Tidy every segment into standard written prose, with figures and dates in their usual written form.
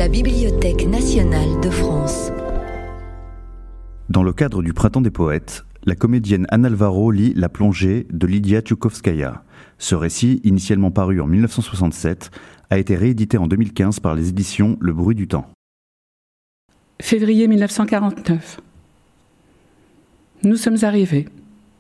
la Bibliothèque nationale de France. Dans le cadre du Printemps des poètes, la comédienne Anne Alvaro lit La plongée de Lydia Tchoukovskaya. Ce récit, initialement paru en 1967, a été réédité en 2015 par les éditions Le Bruit du Temps. Février 1949. Nous sommes arrivés.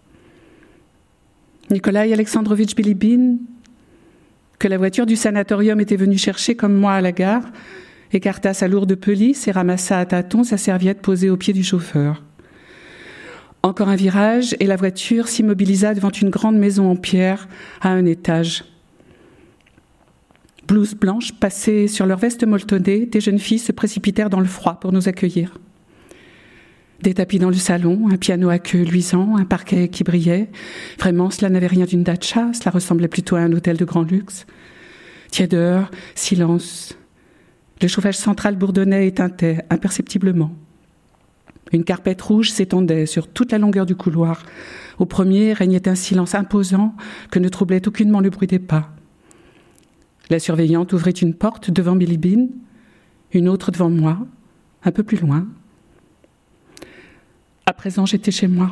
Nikolai Alexandrovitch Bilibine, que la voiture du sanatorium était venue chercher comme moi à la gare, écarta sa lourde pelisse et ramassa à tâtons sa serviette posée au pied du chauffeur. Encore un virage et la voiture s'immobilisa devant une grande maison en pierre à un étage. Blouses blanches passées sur leurs vestes molletonnées, des jeunes filles se précipitèrent dans le froid pour nous accueillir. Des tapis dans le salon, un piano à queue luisant, un parquet qui brillait. Vraiment, cela n'avait rien d'une datcha, cela ressemblait plutôt à un hôtel de grand luxe. Tiédeur, silence. Le chauffage central bourdonnait et tintait imperceptiblement. Une carpette rouge s'étendait sur toute la longueur du couloir. Au premier régnait un silence imposant que ne troublait aucunement le bruit des pas. La surveillante ouvrit une porte devant Bilibine, une autre devant moi, un peu plus loin. À présent, j'étais chez moi.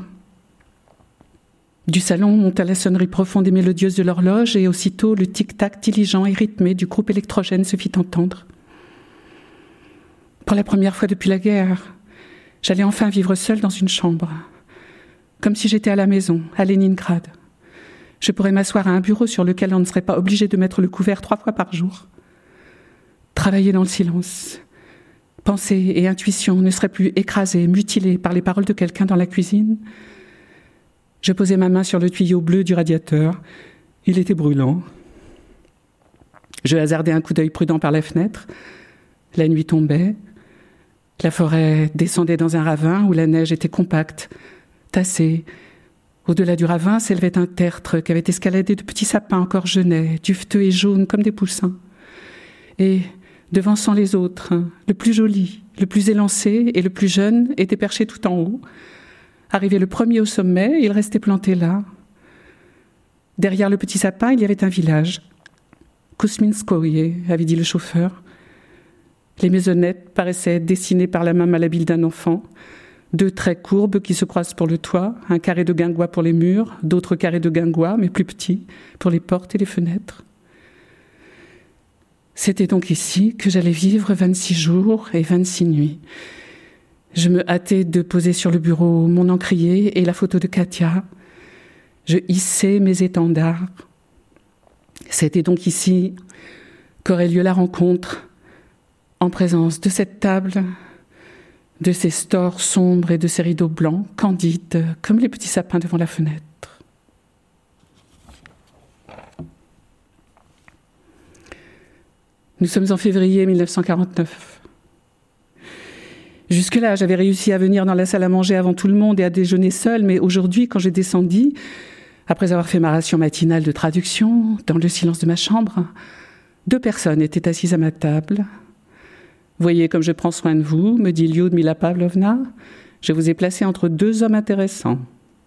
Du salon monta la sonnerie profonde et mélodieuse de l'horloge et aussitôt le tic-tac diligent et rythmé du groupe électrogène se fit entendre. Pour la première fois depuis la guerre, j'allais enfin vivre seule dans une chambre, comme si j'étais à la maison, à Leningrad. Je pourrais m'asseoir à un bureau sur lequel on ne serait pas obligé de mettre le couvert 3 fois par jour. Travailler dans le silence. Pensée et intuition ne seraient plus écrasées, mutilées par les paroles de quelqu'un dans la cuisine. Je posai ma main sur le tuyau bleu du radiateur. Il était brûlant. Je hasardai un coup d'œil prudent par la fenêtre. La nuit tombait. La forêt descendait dans un ravin où la neige était compacte, tassée. Au-delà du ravin s'élevait un tertre qu'avaient escaladé de petits sapins encore jeunets, duveteux et jaunes comme des poussins. Et, devançant les autres, le plus joli, le plus élancé et le plus jeune était perché tout en haut. Arrivé le premier au sommet, il restait planté là. Derrière le petit sapin, il y avait un village. Kousminskoye, avait dit le chauffeur. Les maisonnettes paraissaient dessinées par la main malhabile d'un enfant. 2 traits courbes qui se croisent pour le toit, un carré de guingois pour les murs, d'autres carrés de guingois, mais plus petits, pour les portes et les fenêtres. C'était donc ici que j'allais vivre 26 jours et 26 nuits. Je me hâtais de poser sur le bureau mon encrier et la photo de Katia. Je hissais mes étendards. C'était donc ici qu'aurait lieu la rencontre, en présence de cette table, de ces stores sombres et de ces rideaux blancs, candides, comme les petits sapins devant la fenêtre. Nous sommes en février 1949. Jusque-là, j'avais réussi à venir dans la salle à manger avant tout le monde et à déjeuner seule, mais aujourd'hui, quand je descendis, après avoir fait ma ration matinale de traduction, dans le silence de ma chambre, 2 personnes étaient assises à ma table. « Voyez comme je prends soin de vous, me dit Lyudmila Pavlovna. Je vous ai placé entre 2 hommes intéressants. »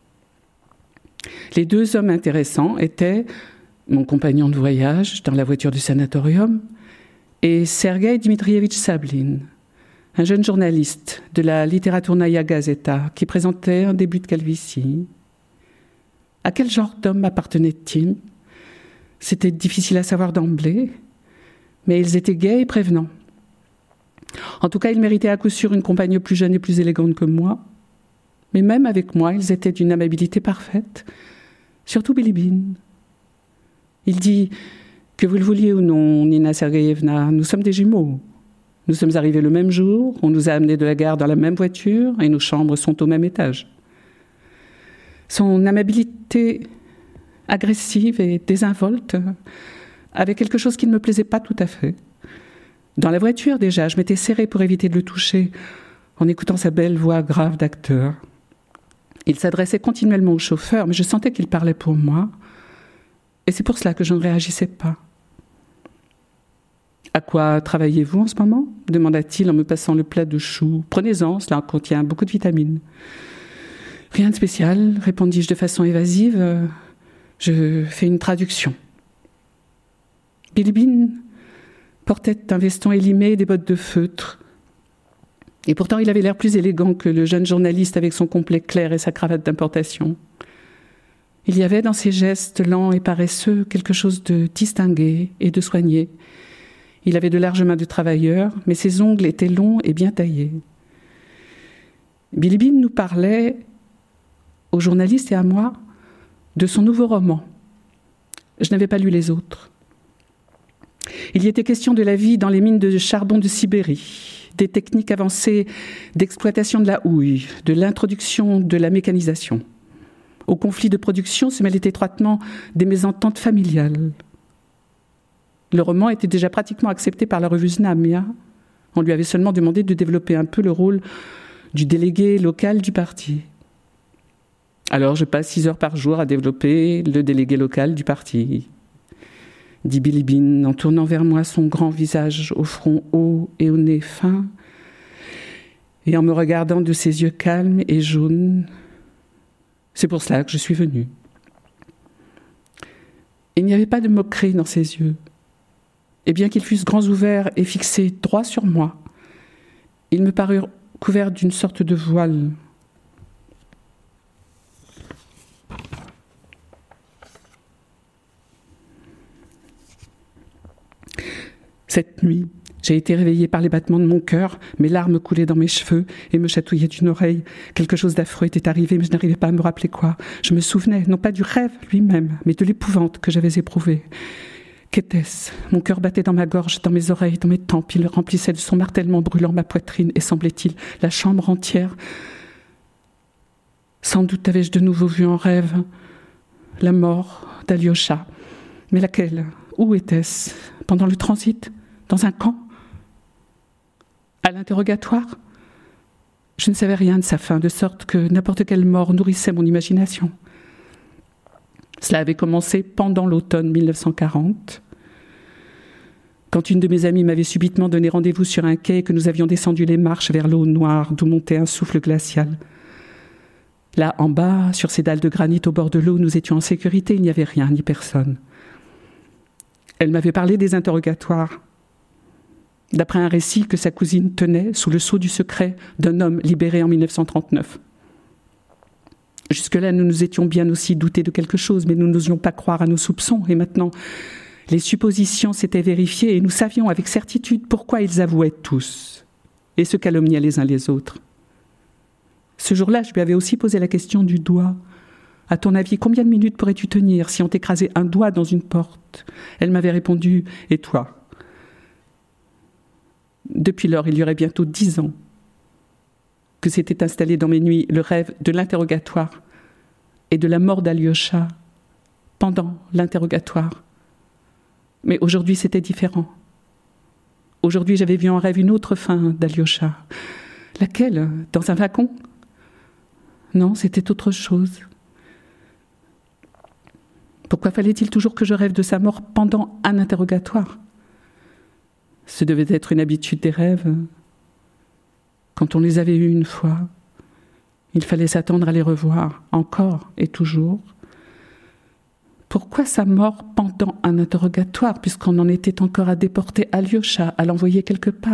Les 2 hommes intéressants étaient mon compagnon de voyage dans la voiture du sanatorium et Sergueï Dmitrievitch Sablin, un jeune journaliste de la Literaturnaïa Gazeta qui présentait un début de calvitie. À quel genre d'homme appartenait-il ? C'était difficile à savoir d'emblée, mais ils étaient gais et prévenants. En tout cas, ils méritaient à coup sûr une compagne plus jeune et plus élégante que moi. Mais même avec moi, ils étaient d'une amabilité parfaite. Surtout Bilibine. Il dit, que vous le vouliez ou non, Nina Sergeyevna, nous sommes des jumeaux. Nous sommes arrivés le même jour, on nous a amenés de la gare dans la même voiture et nos chambres sont au même étage. Son amabilité agressive et désinvolte avait quelque chose qui ne me plaisait pas tout à fait. Dans la voiture, déjà, je m'étais serrée pour éviter de le toucher, en écoutant sa belle voix grave d'acteur. Il s'adressait continuellement au chauffeur, mais je sentais qu'il parlait pour moi, et c'est pour cela que je ne réagissais pas. « À quoi travaillez-vous en ce moment ?» demanda-t-il en me passant le plat de choux. « Prenez-en, cela contient beaucoup de vitamines. »« Rien de spécial, répondis-je de façon évasive. Je fais une traduction. » Bilibine portait un veston élimé et des bottes de feutre. Et pourtant, il avait l'air plus élégant que le jeune journaliste avec son complet clair et sa cravate d'importation. Il y avait dans ses gestes lents et paresseux quelque chose de distingué et de soigné. Il avait de larges mains de travailleur, mais ses ongles étaient longs et bien taillés. Bilibine nous parlait, aux journalistes et à moi, de son nouveau roman. Je n'avais pas lu les autres. Il y était question de la vie dans les mines de charbon de Sibérie, des techniques avancées d'exploitation de la houille, de l'introduction de la mécanisation. Au conflit de production se mêlaient étroitement des mésententes familiales. Le roman était déjà pratiquement accepté par la revue Znamia. On lui avait seulement demandé de développer un peu le rôle du délégué local du parti. Alors je passe 6 heures par jour à développer le délégué local du parti, dit Bilibine en tournant vers moi son grand visage au front haut et au nez fin, et en me regardant de ses yeux calmes et jaunes. C'est pour cela que je suis venue. Il n'y avait pas de moquerie dans ses yeux. Et bien qu'ils fussent grands ouverts et fixés droit sur moi, ils me parurent couverts d'une sorte de voile. Cette nuit, j'ai été réveillée par les battements de mon cœur, mes larmes coulaient dans mes cheveux et me chatouillaient d'une oreille. Quelque chose d'affreux était arrivé, mais je n'arrivais pas à me rappeler quoi. Je me souvenais, non pas du rêve lui-même, mais de l'épouvante que j'avais éprouvée. Qu'était-ce ? Mon cœur battait dans ma gorge, dans mes oreilles, dans mes tempes. Il remplissait de son martèlement brûlant ma poitrine et, semblait-il, la chambre entière. Sans doute avais-je de nouveau vu en rêve la mort d'Alyosha. Mais laquelle ? Où était-ce ? Pendant le transit ? Dans un camp ? À l'interrogatoire ? Je ne savais rien de sa fin, de sorte que n'importe quelle mort nourrissait mon imagination. Cela avait commencé pendant l'automne 1940, quand une de mes amies m'avait subitement donné rendez-vous sur un quai et que nous avions descendu les marches vers l'eau noire d'où montait un souffle glacial. Là, en bas, sur ces dalles de granit au bord de l'eau, nous étions en sécurité, il n'y avait rien ni personne. Elle m'avait parlé des interrogatoires, d'après un récit que sa cousine tenait sous le sceau du secret d'un homme libéré en 1939. Jusque-là, nous nous étions bien aussi doutés de quelque chose, mais nous n'osions pas croire à nos soupçons. Et maintenant, les suppositions s'étaient vérifiées et nous savions avec certitude pourquoi ils avouaient tous et se calomniaient les uns les autres. Ce jour-là, je lui avais aussi posé la question du doigt. À ton avis, combien de minutes pourrais-tu tenir si on t'écrasait un doigt dans une porte ? Elle m'avait répondu « Et toi ?» Depuis lors, il y aurait bientôt 10 ans que s'était installé dans mes nuits le rêve de l'interrogatoire et de la mort d'Alyosha pendant l'interrogatoire. Mais aujourd'hui, c'était différent. Aujourd'hui, j'avais vu en rêve une autre fin d'Alyosha. Laquelle ? Dans un wagon ? Non, c'était autre chose. Pourquoi fallait-il toujours que je rêve de sa mort pendant un interrogatoire ? Ce devait être une habitude des rêves. Quand on les avait eus une fois, il fallait s'attendre à les revoir, encore et toujours. Pourquoi sa mort pendant un interrogatoire, puisqu'on en était encore à déporter Alyosha, à l'envoyer quelque part ?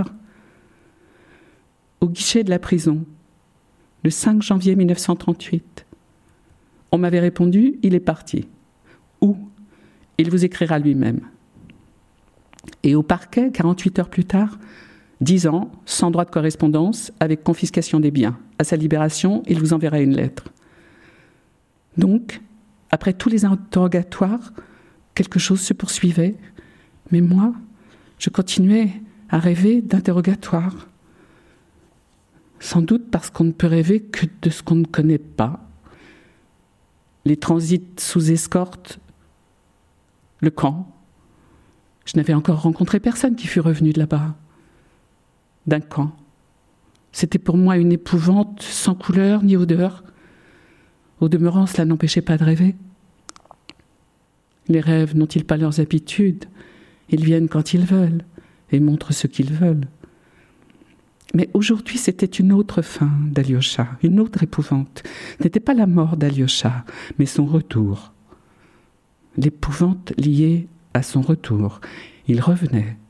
Au guichet de la prison, le 5 janvier 1938, on m'avait répondu « Il est parti ». Où ? Il vous écrira lui-même. Et au parquet, 48 heures plus tard, 10 ans, sans droit de correspondance, avec confiscation des biens. À sa libération, il vous enverra une lettre. Donc, après tous les interrogatoires, quelque chose se poursuivait. Mais moi, je continuais à rêver d'interrogatoires. Sans doute parce qu'on ne peut rêver que de ce qu'on ne connaît pas. Les transits sous escorte, le camp. Je n'avais encore rencontré personne qui fût revenu de là-bas, d'un camp. C'était pour moi une épouvante sans couleur ni odeur. Au demeurant, cela n'empêchait pas de rêver. Les rêves n'ont-ils pas leurs habitudes ? Ils viennent quand ils veulent et montrent ce qu'ils veulent. Mais aujourd'hui, c'était une autre fin d'Alyosha, une autre épouvante. Ce n'était pas la mort d'Alyosha, mais son retour. L'épouvante liée à son retour. Il revenait,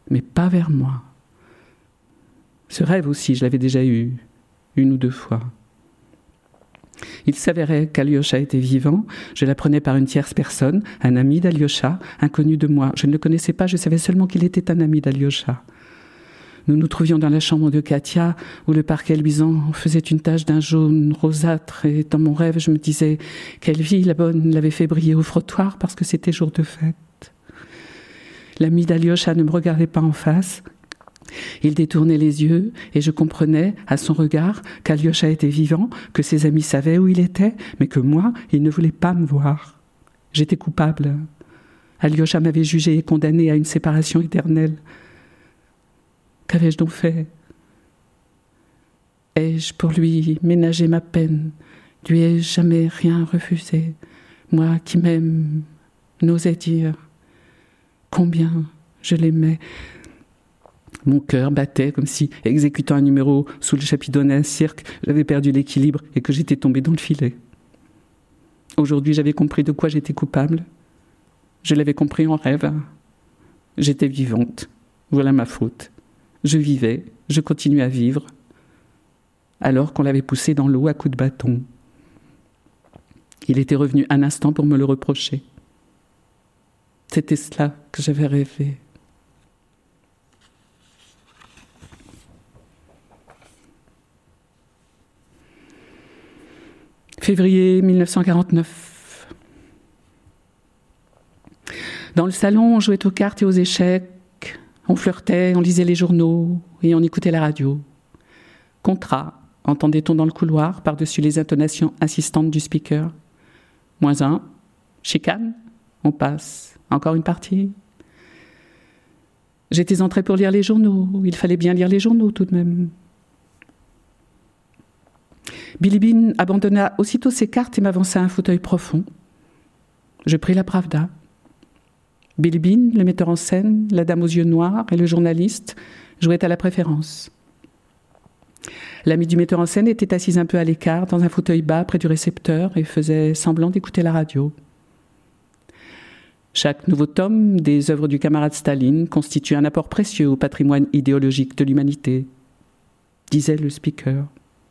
mais pas vers moi. Ce rêve aussi, je l'avais déjà eu 1 ou 2 fois. Il s'avérait qu'Alyosha était vivant. Je l'apprenais par une tierce personne, un ami d'Alyosha, inconnu de moi. Je ne le connaissais pas, je savais seulement qu'il était un ami d'Alyosha. Nous nous trouvions dans la chambre de Katia, où le parquet luisant faisait une tache d'un jaune rosâtre, et dans mon rêve, je me disais quelle vie la bonne l'avait fait briller au frottoir parce que c'était jour de fête. L'ami d'Alyosha ne me regardait pas en face. Il détournait les yeux et je comprenais à son regard qu'Alyosha était vivant, que ses amis savaient où il était, mais que moi, il ne voulait pas me voir. J'étais coupable. Alyosha m'avait jugé et condamné à une séparation éternelle. Qu'avais-je donc fait? Ai-je pour lui ménagé ma peine? Lui ai-je jamais rien refusé? Moi qui m'aime, n'osais dire combien je l'aimais. Mon cœur battait comme si, exécutant un numéro sous le chapiteau d'un cirque, j'avais perdu l'équilibre et que j'étais tombée dans le filet. Aujourd'hui, j'avais compris de quoi j'étais coupable. Je l'avais compris en rêve. J'étais vivante. Voilà ma faute. Je vivais, je continuais à vivre, alors qu'on l'avait poussé dans l'eau à coups de bâton. Il était revenu un instant pour me le reprocher. C'était cela que j'avais rêvé. Février 1949. Dans le salon, on jouait aux cartes et aux échecs. On flirtait, on lisait les journaux et on écoutait la radio. Contrat, entendait-on dans le couloir, par-dessus les intonations insistantes du speaker. -1, chicane, on passe. Encore une partie. J'étais entrée pour lire les journaux. Il fallait bien lire les journaux tout de même. Bilibine abandonna aussitôt ses cartes et m'avança un fauteuil profond. Je pris la Pravda. Bilibine, le metteur en scène, la dame aux yeux noirs et le journaliste jouaient à la préférence. L'ami du metteur en scène était assise un peu à l'écart, dans un fauteuil bas près du récepteur et faisait semblant d'écouter la radio. Chaque nouveau tome des œuvres du camarade Staline constitue un apport précieux au patrimoine idéologique de l'humanité, disait le speaker.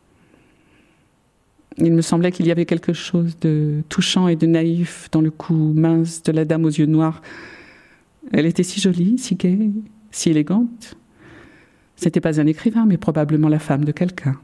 Il me semblait qu'il y avait quelque chose de touchant et de naïf dans le cou mince de la dame aux yeux noirs. Elle était si jolie, si gaie, si élégante. Ce n'était pas un écrivain, mais probablement la femme de quelqu'un.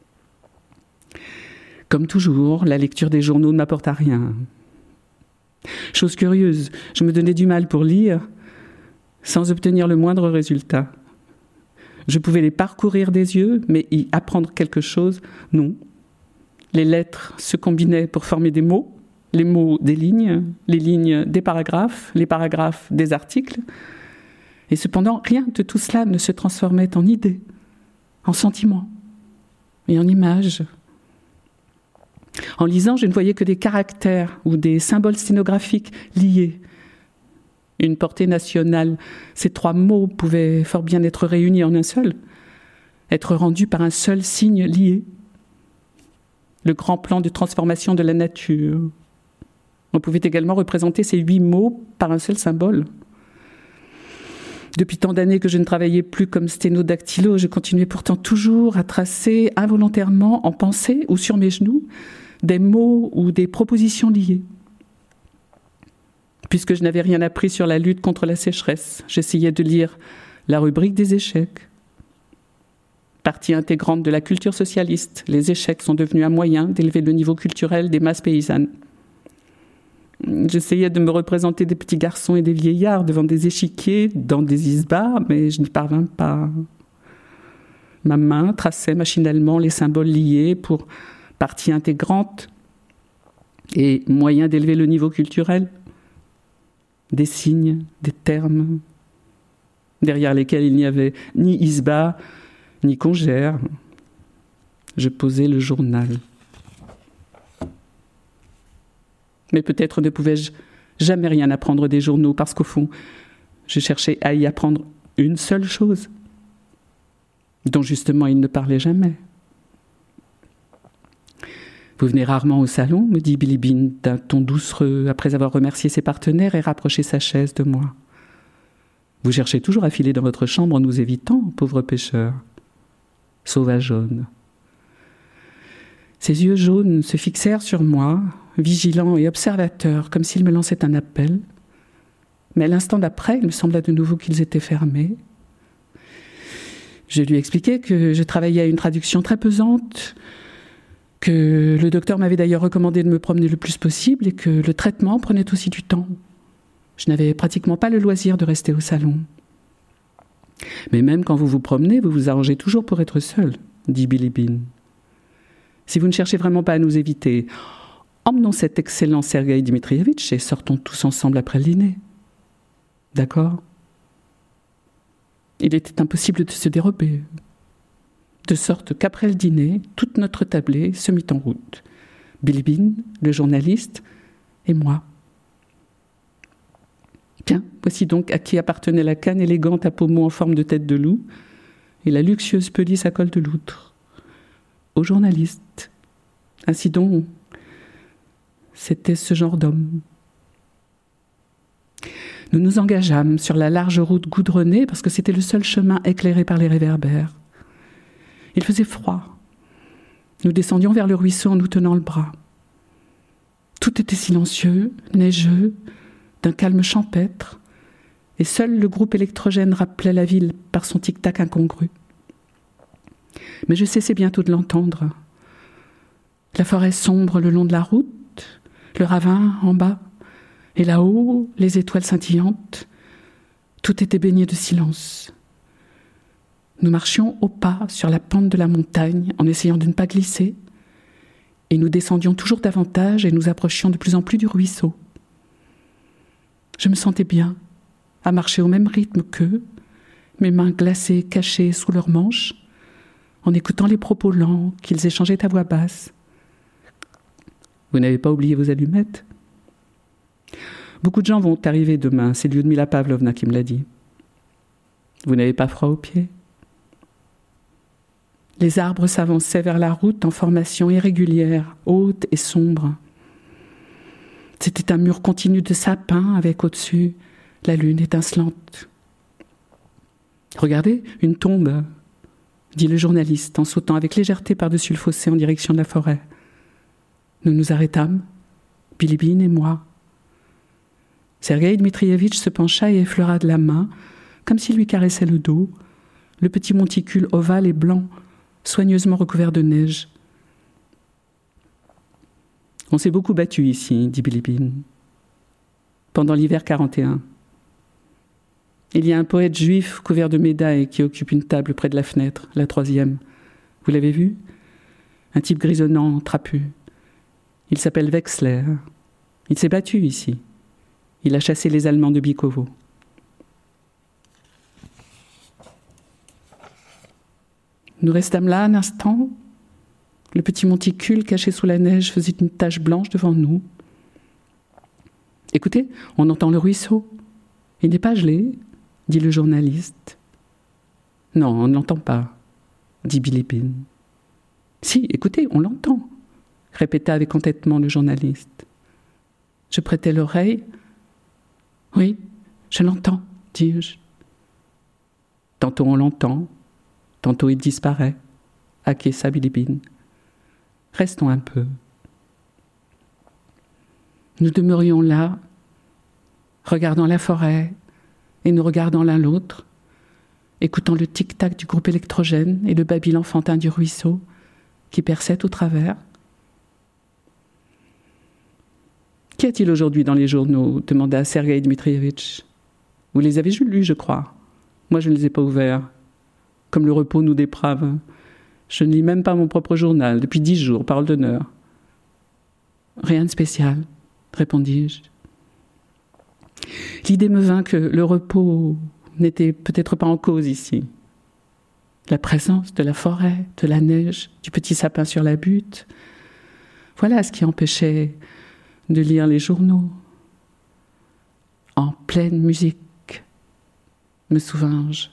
Comme toujours, la lecture des journaux ne m'apporta rien. Chose curieuse, je me donnais du mal pour lire sans obtenir le moindre résultat. Je pouvais les parcourir des yeux, mais y apprendre quelque chose, non. Les lettres se combinaient pour former des mots, les mots des lignes, les lignes des paragraphes, les paragraphes des articles. Et cependant, rien de tout cela ne se transformait en idées, en sentiments et en images. En lisant, je ne voyais que des caractères ou des symboles sténographiques liés. Une portée nationale, ces 3 mots pouvaient fort bien être réunis en un seul, être rendus par un seul signe lié. Le grand plan de transformation de la nature. On pouvait également représenter ces 8 mots par un seul symbole. Depuis tant d'années que je ne travaillais plus comme sténodactylo, je continuais pourtant toujours à tracer involontairement, en pensée ou sur mes genoux, des mots ou des propositions liées. Puisque je n'avais rien appris sur la lutte contre la sécheresse, j'essayais de lire la rubrique des échecs. Partie intégrante de la culture socialiste, les échecs sont devenus un moyen d'élever le niveau culturel des masses paysannes. J'essayais de me représenter des petits garçons et des vieillards devant des échiquiers, dans des isbas, mais je n'y parvins pas. Ma main traçait machinalement les symboles liés pour partie intégrante et moyen d'élever le niveau culturel. Des signes, des termes, derrière lesquels il n'y avait ni isba, ni congère. Je posais le journal. Mais peut-être ne pouvais-je jamais rien apprendre des journaux, parce qu'au fond, je cherchais à y apprendre une seule chose, dont justement il ne parlait jamais. Vous venez rarement au salon, me dit Bilibine d'un ton doucereux, après avoir remercié ses partenaires et rapproché sa chaise de moi. Vous cherchez toujours à filer dans votre chambre en nous évitant, pauvre pêcheur. Sauvage jaune. Ses yeux jaunes se fixèrent sur moi, vigilants et observateurs, comme s'ils me lançaient un appel. Mais l'instant d'après, il me sembla de nouveau qu'ils étaient fermés. Je lui expliquai que je travaillais à une traduction très pesante, que le docteur m'avait d'ailleurs recommandé de me promener le plus possible et que le traitement prenait aussi du temps. Je n'avais pratiquement pas le loisir de rester au salon. Mais même quand vous vous promenez, vous vous arrangez toujours pour être seul, dit Bilibine. Si vous ne cherchez vraiment pas à nous éviter, emmenons cet excellent Sergueï Dmitrievitch et sortons tous ensemble après le dîner. D'accord ? Il était impossible de se dérober. De sorte qu'après le dîner, toute notre tablée se mit en route. Bilibine, le journaliste, et moi. Bien, voici donc à qui appartenait la canne élégante à pommeau en forme de tête de loup et la luxueuse pelisse à col de loutre. Au journaliste. Ainsi donc, c'était ce genre d'homme. Nous nous engageâmes sur la large route goudronnée parce que c'était le seul chemin éclairé par les réverbères. Il faisait froid. Nous descendions vers le ruisseau en nous tenant le bras. Tout était silencieux, neigeux, d'un calme champêtre, et seul le groupe électrogène rappelait la ville par son tic-tac incongru. Mais je cessais bientôt de l'entendre. La forêt sombre le long de la route, le ravin en bas, et là-haut, les étoiles scintillantes, tout était baigné de silence. Nous marchions au pas sur la pente de la montagne en essayant de ne pas glisser, et nous descendions toujours davantage et nous approchions de plus en plus du ruisseau. Je me sentais bien, à marcher au même rythme qu'eux, mes mains glacées cachées sous leurs manches, en écoutant les propos lents qu'ils échangeaient à voix basse. « Vous n'avez pas oublié vos allumettes ? Beaucoup de gens vont arriver demain, c'est Lyudmila Pavlovna qui me l'a dit. Vous n'avez pas froid aux pieds ? » Les arbres s'avançaient vers la route en formation irrégulière, haute et sombre. C'était un mur continu de sapins avec au-dessus la lune étincelante. « Regardez, une tombe !» dit le journaliste en sautant avec légèreté par-dessus le fossé en direction de la forêt. Nous nous arrêtâmes, Bilibine et moi. Sergueï Dmitrievitch se pencha et effleura de la main, comme s'il lui caressait le dos, le petit monticule ovale et blanc, soigneusement recouvert de neige. « On s'est beaucoup battu ici, dit Bilibine, pendant l'hiver 41. Il y a un poète juif couvert de médailles qui occupe une table près de la fenêtre, la 3e. Vous l'avez vu ? Un type grisonnant, trapu. Il s'appelle Wexler. Il s'est battu ici. Il a chassé les Allemands de Bikovo. » Nous restâmes là un instant. Le petit monticule caché sous la neige faisait une tache blanche devant nous. « Écoutez, on entend le ruisseau. Il n'est pas gelé, dit le journaliste. « Non, on ne l'entend pas, dit Bilibine. « Si, écoutez, on l'entend, répéta avec entêtement le journaliste. Je prêtai l'oreille. « Oui, je l'entends, dis-je. Tantôt on l'entend, tantôt il disparaît, acquiesça Bilibine. Restons un peu. » Nous demeurions là, regardant la forêt et nous regardant l'un l'autre, écoutant le tic-tac du groupe électrogène et le babil enfantin du ruisseau qui perçait au travers. « Qu'y a-t-il aujourd'hui dans les journaux » demanda Sergueï Dmitrievitch. « Vous les avez lus, je crois. Moi, je ne les ai pas ouverts. Comme le repos nous déprave. Je ne lis même pas mon propre journal depuis 10 jours, parole d'honneur. »« Rien de spécial, » répondis-je. L'idée me vint que le repos n'était peut-être pas en cause ici. La présence de la forêt, de la neige, du petit sapin sur la butte, voilà ce qui empêchait de lire les journaux. En pleine musique, me souvins-je.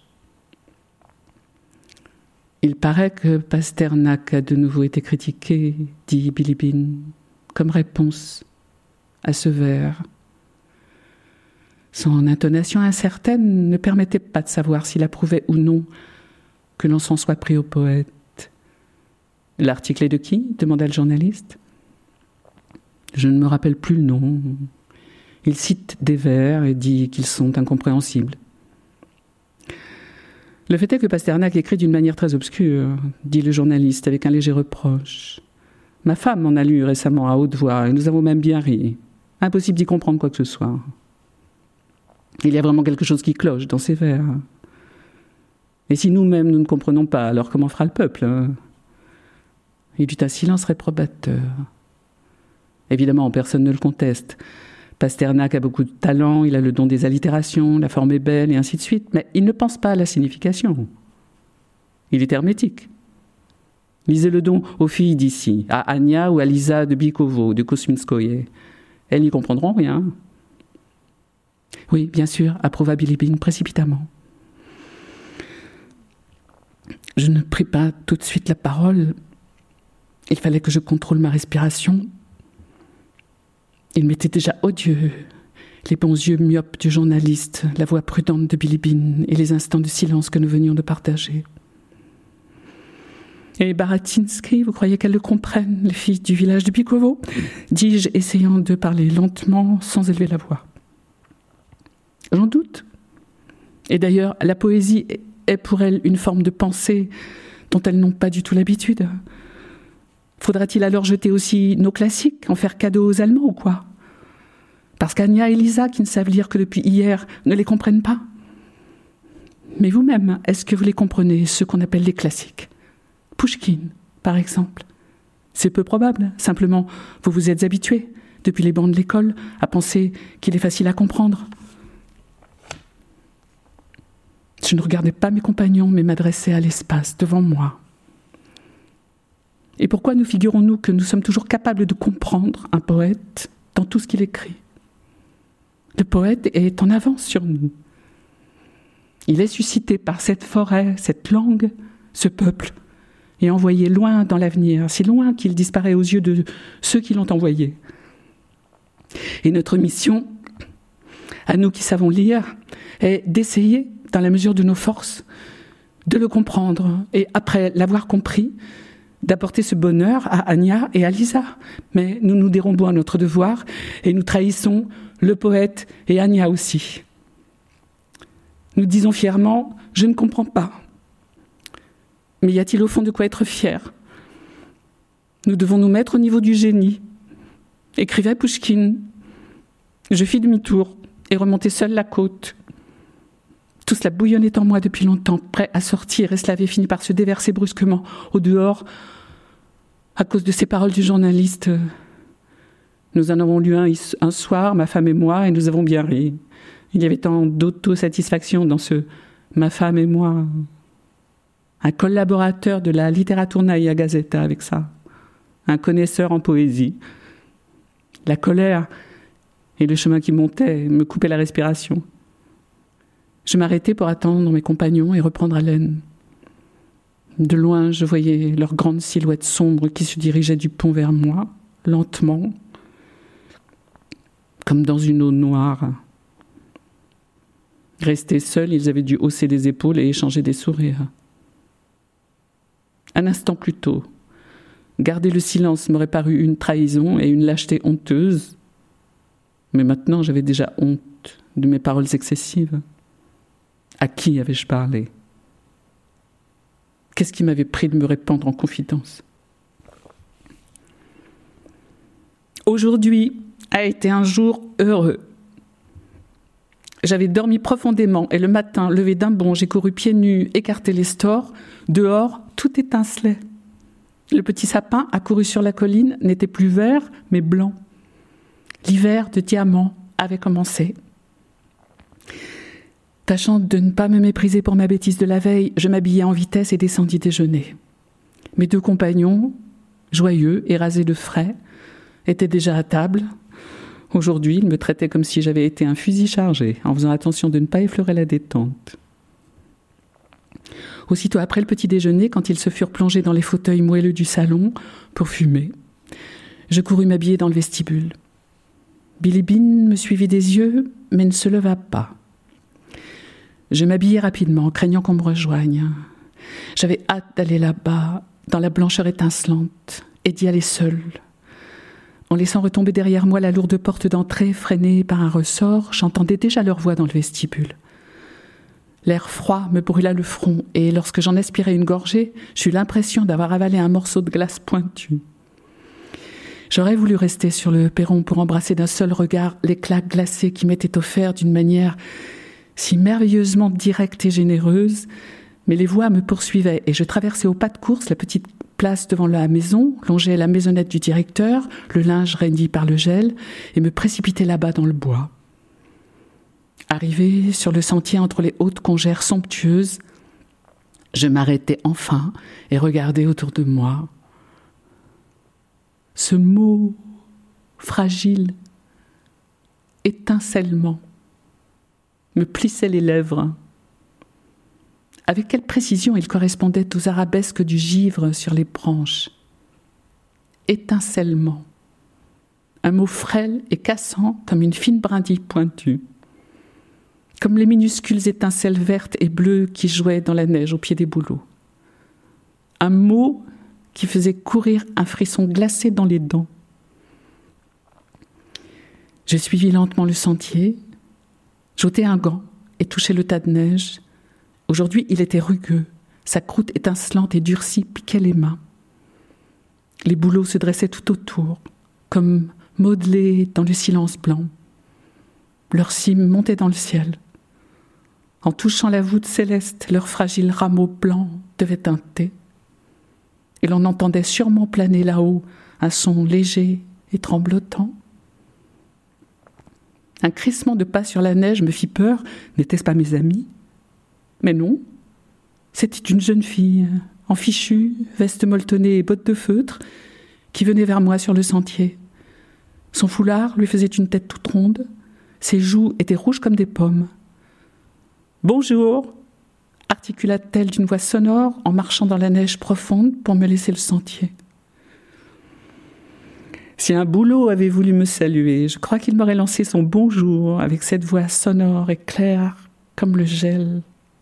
Il paraît que Pasternak a de nouveau été critiqué, dit Bilibine, comme réponse à ce vers. Son intonation incertaine ne permettait pas de savoir s'il approuvait ou non que l'on s'en soit pris au poète. « L'article est de qui ?» demanda le journaliste. Je ne me rappelle plus le nom. Il cite des vers et dit qu'ils sont incompréhensibles. Le fait est que Pasternak écrit d'une manière très obscure, dit le journaliste avec un léger reproche. Ma femme en a lu récemment à haute voix et nous avons même bien ri. Impossible d'y comprendre quoi que ce soit. Il y a vraiment quelque chose qui cloche dans ces vers. Et si nous-mêmes nous ne comprenons pas, alors comment fera le peuple ? Il eut un silence réprobateur. Évidemment, personne ne le conteste. Pasternak a beaucoup de talent, il a le don des allitérations, la forme est belle, et ainsi de suite. Mais il ne pense pas à la signification. Il est hermétique. Lisez-le donc aux filles d'ici, à Ania ou à Lisa de Bikovo, de Kosminskoye. Elles n'y comprendront rien. Oui, bien sûr, approuva Bilibine précipitamment. Je ne pris pas tout de suite la parole. Il fallait que je contrôle ma respiration. Il m'était déjà odieux. Les bons yeux myopes du journaliste, la voix prudente de Bilibine et les instants de silence que nous venions de partager. Et Baratinsky, vous croyez qu'elles le comprennent, les filles du village de Bikovo ? Dis-je, essayant de parler lentement, sans élever la voix. J'en doute. Et d'ailleurs, la poésie est pour elles une forme de pensée dont elles n'ont pas du tout l'habitude. Faudra-t-il alors jeter aussi nos classiques, en faire cadeau aux Allemands ou quoi ? Parce qu'Ania et Lisa, qui ne savent lire que depuis hier, ne les comprennent pas. Mais vous-même, est-ce que vous les comprenez, ceux qu'on appelle les classiques ? Pouchkine, par exemple. C'est peu probable. Simplement, vous vous êtes habitués, depuis les bancs de l'école, à penser qu'il est facile à comprendre. Je ne regardais pas mes compagnons, mais m'adressais à l'espace, devant moi. Et pourquoi nous figurons-nous que nous sommes toujours capables de comprendre un poète dans tout ce qu'il écrit ? Le poète est en avance sur nous. Il est suscité par cette forêt, cette langue, ce peuple, et envoyé loin dans l'avenir, si loin qu'il disparaît aux yeux de ceux qui l'ont envoyé. Et notre mission, à nous qui savons lire, est d'essayer, dans la mesure de nos forces, de le comprendre, et après l'avoir compris, d'apporter ce bonheur à Ania et à Lisa. Mais nous nous dérobons à notre devoir, et nous trahissons le poète et Ania aussi. Nous disons fièrement « Je ne comprends pas ». Mais y a-t-il au fond de quoi être fier ? Nous devons nous mettre au niveau du génie. Écrivait Pouchkine. Je fis demi-tour et remontai seule la côte. Tout cela bouillonnait en moi depuis longtemps, prêt à sortir, et cela avait fini par se déverser brusquement au dehors à cause de ces paroles du journaliste. Nous en avons lu un soir, ma femme et moi, et nous avons bien ri. Il y avait tant d'autosatisfaction dans ce « ma femme et moi ». Un collaborateur de la Literaturnaia Gazeta avec ça. Un connaisseur en poésie. La colère et le chemin qui montait me coupaient la respiration. Je m'arrêtais pour attendre mes compagnons et reprendre haleine. De loin, je voyais leurs grandes silhouettes sombres qui se dirigeaient du pont vers moi, lentement, comme dans une eau noire. Restés seuls, ils avaient dû hausser les épaules et échanger des sourires. Un instant plus tôt, garder le silence m'aurait paru une trahison et une lâcheté honteuse. Mais maintenant, j'avais déjà honte de mes paroles excessives. À qui avais-je parlé ? Qu'est-ce qui m'avait pris de me répandre en confidence ? Aujourd'hui a été un jour heureux. J'avais dormi profondément et le matin, levé d'un bond, j'ai couru pieds nus, écarté les stores. Dehors, tout étincelait. Le petit sapin, accouru sur la colline, n'était plus vert, mais blanc. L'hiver de diamants avait commencé. Tâchant de ne pas me mépriser pour ma bêtise de la veille, je m'habillai en vitesse et descendis déjeuner. Mes deux compagnons, joyeux et rasés de frais, étaient déjà à table. Aujourd'hui, ils me traitaient comme si j'avais été un fusil chargé, en faisant attention de ne pas effleurer la détente. Aussitôt après le petit déjeuner, quand ils se furent plongés dans les fauteuils moelleux du salon pour fumer, je courus m'habiller dans le vestibule. Bilibine me suivit des yeux, mais ne se leva pas. Je m'habillai rapidement, craignant qu'on me rejoigne. J'avais hâte d'aller là-bas, dans la blancheur étincelante, et d'y aller seule. En laissant retomber derrière moi la lourde porte d'entrée freinée par un ressort, j'entendais déjà leur voix dans le vestibule. L'air froid me brûla le front, et lorsque j'en aspirai une gorgée, j'eus l'impression d'avoir avalé un morceau de glace pointu. J'aurais voulu rester sur le perron pour embrasser d'un seul regard l'éclat glacé qui m'était offert d'une manière si merveilleusement directe et généreuse, mais les voix me poursuivaient et je traversais au pas de course la petite place devant la maison, longeais la maisonnette du directeur, le linge raidi par le gel, et me précipitais là-bas dans le bois. Arrivé sur le sentier entre les hautes congères somptueuses, je m'arrêtai enfin et regardai autour de moi. Ce mot fragile, étincellement, me plissait les lèvres. Avec quelle précision il correspondait aux arabesques du givre sur les branches. Étincellement, un mot frêle et cassant comme une fine brindille pointue, comme les minuscules étincelles vertes et bleues qui jouaient dans la neige au pied des bouleaux. Un mot qui faisait courir un frisson glacé dans les dents. Je suivis lentement le sentier, j'ôtai un gant et touchai le tas de neige. Aujourd'hui, il était rugueux, sa croûte étincelante et durcie piquait les mains. Les bouleaux se dressaient tout autour, comme modelés dans le silence blanc. Leurs cimes montaient dans le ciel. En touchant la voûte céleste, leurs fragiles rameaux blancs devaient teinter. Et l'on entendait sûrement planer là-haut un son léger et tremblotant. Un crissement de pas sur la neige me fit peur. N'étaient-ce pas mes amis ? Mais non, c'était une jeune fille, en fichu, veste molletonnée et bottes de feutre, qui venait vers moi sur le sentier. Son foulard lui faisait une tête toute ronde, ses joues étaient rouges comme des pommes. « Bonjour !» articula-t-elle d'une voix sonore en marchant dans la neige profonde pour me laisser le sentier. Si un bouleau avait voulu me saluer, je crois qu'il m'aurait lancé son bonjour avec cette voix sonore et claire comme le gel.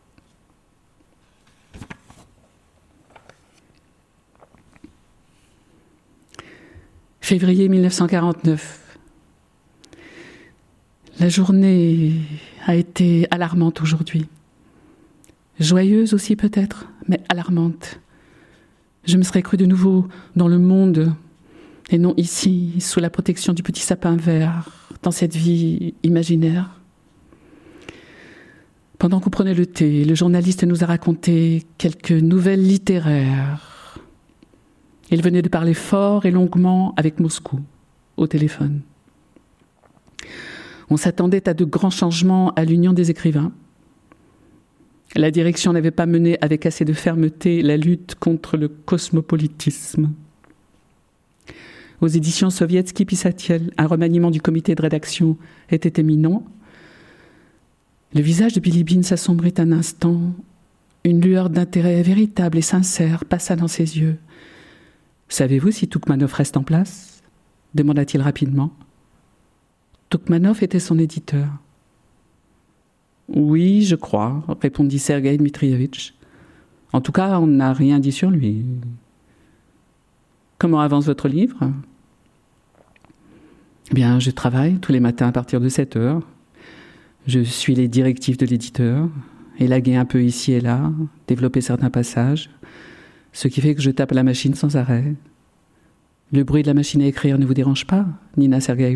Février 1949. La journée a été alarmante aujourd'hui. Joyeuse aussi peut-être, mais alarmante. Je me serais crue de nouveau dans le monde, et non ici, sous la protection du petit sapin vert, dans cette vie imaginaire. Pendant qu'on prenait le thé, le journaliste nous a raconté quelques nouvelles littéraires. Il venait de parler fort et longuement avec Moscou, au téléphone. On s'attendait à de grands changements à l'Union des écrivains. La direction n'avait pas mené avec assez de fermeté la lutte contre le cosmopolitisme. Aux éditions Sovietsky Pisatiel, un remaniement du comité de rédaction était éminent. Le visage de Bilibine s'assombrit un instant. Une lueur d'intérêt véritable et sincère passa dans ses yeux. « Savez-vous si Toukmanov reste en place ?» demanda-t-il rapidement. Toukmanov était son éditeur. « Oui, je crois, » répondit Sergueï Dmitrievitch. « En tout cas, on n'a rien dit sur lui. » « Comment avance votre livre ?»« Eh bien, je travaille tous les matins à partir de 7 heures. Je suis les directives de l'éditeur, élaguer un peu ici et là, développer certains passages, ce qui fait que je tape à la machine sans arrêt. Le bruit de la machine à écrire ne vous dérange pas, Nina Sergueïevna ?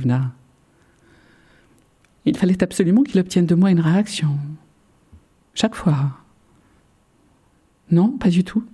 Il fallait absolument qu'il obtienne de moi une réaction. Chaque fois. Non, pas du tout.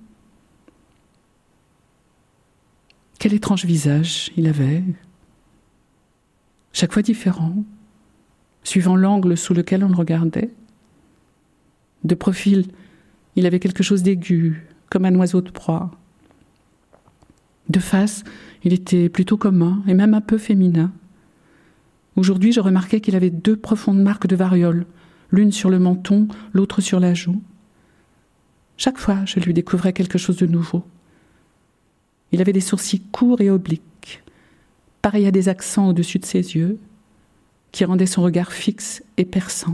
Quel étrange visage il avait. Chaque fois différent, suivant l'angle sous lequel on le regardait. De profil, il avait quelque chose d'aigu, comme un oiseau de proie. De face, il était plutôt commun et même un peu féminin. Aujourd'hui, je remarquais qu'il avait 2 profondes marques de variole, l'une sur le menton, l'autre sur la joue. Chaque fois, je lui découvrais quelque chose de nouveau. Il avait des sourcils courts et obliques, pareils à des accents au-dessus de ses yeux, qui rendait son regard fixe et perçant.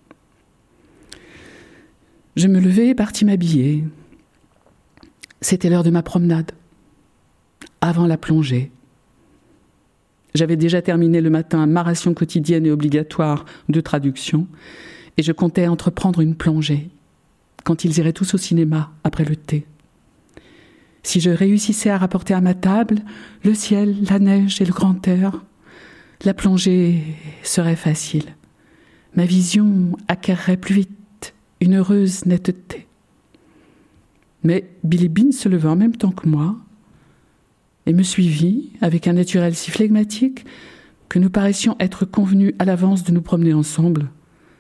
Je me levai et partis m'habiller. C'était l'heure de ma promenade, avant la plongée. J'avais déjà terminé le matin ma ration quotidienne et obligatoire de traduction, et je comptais entreprendre une plongée, quand ils iraient tous au cinéma après le thé. Si je réussissais à rapporter à ma table le ciel, la neige et le grand air, la plongée serait facile. Ma vision acquerrait plus vite une heureuse netteté. Mais Billy Bean se leva en même temps que moi et me suivit avec un naturel si flegmatique que nous paraissions être convenus à l'avance de nous promener ensemble.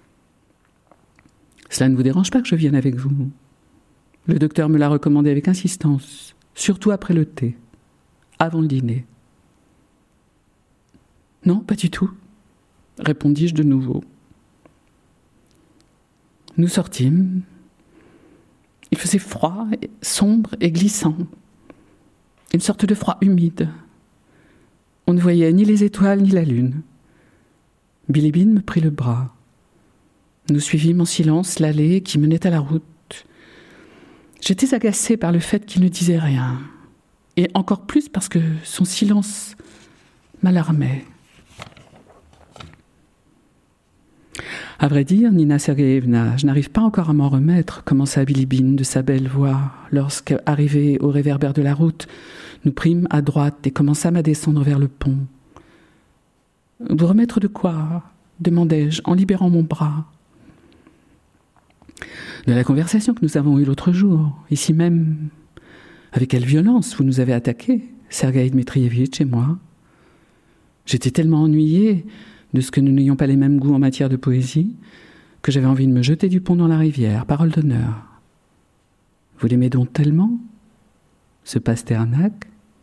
« Cela ne vous dérange pas que je vienne avec vous ? Le docteur me l'a recommandé avec insistance, surtout après le thé, avant le dîner. »« Non, pas du tout, » répondis-je de nouveau. Nous sortîmes. Il faisait froid, sombre et glissant. Une sorte de froid humide. On ne voyait ni les étoiles ni la lune. Billy Bean me prit le bras. Nous suivîmes en silence l'allée qui menait à la route. J'étais agacée par le fait qu'il ne disait rien, et encore plus parce que son silence m'alarmait. À vrai dire, Nina Sergeyevna, je n'arrive pas encore à m'en remettre, commença Billy Bean de sa belle voix, lorsque, arrivés au réverbère de la route, nous prîmes à droite et commençâmes à descendre vers le pont. « Vous remettre de quoi ?» demandai-je en libérant mon bras. « De la conversation que nous avons eue l'autre jour, ici même. Avec quelle violence vous nous avez attaqués, Sergueï Dmitrievitch et moi. J'étais tellement ennuyée de ce que nous n'ayons pas les mêmes goûts en matière de poésie, que j'avais envie de me jeter du pont dans la rivière, parole d'honneur. Vous l'aimez donc tellement, ce Pasternak ?»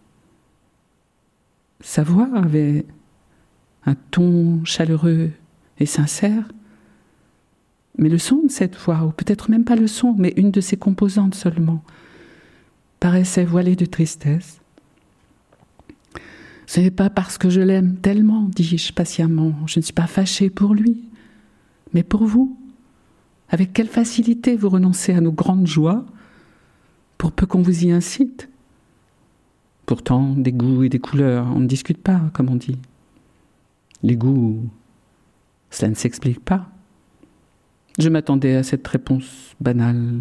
Sa voix avait un ton chaleureux et sincère, mais le son de cette voix, ou peut-être même pas le son, mais une de ses composantes seulement, paraissait voilée de tristesse. « Ce n'est pas parce que je l'aime tellement, dis-je patiemment, je ne suis pas fâchée pour lui, mais pour vous. Avec quelle facilité vous renoncez à nos grandes joies, pour peu qu'on vous y incite. Pourtant, des goûts et des couleurs, on ne discute pas, comme on dit. Les goûts, cela ne s'explique pas. » Je m'attendais à cette réponse banale.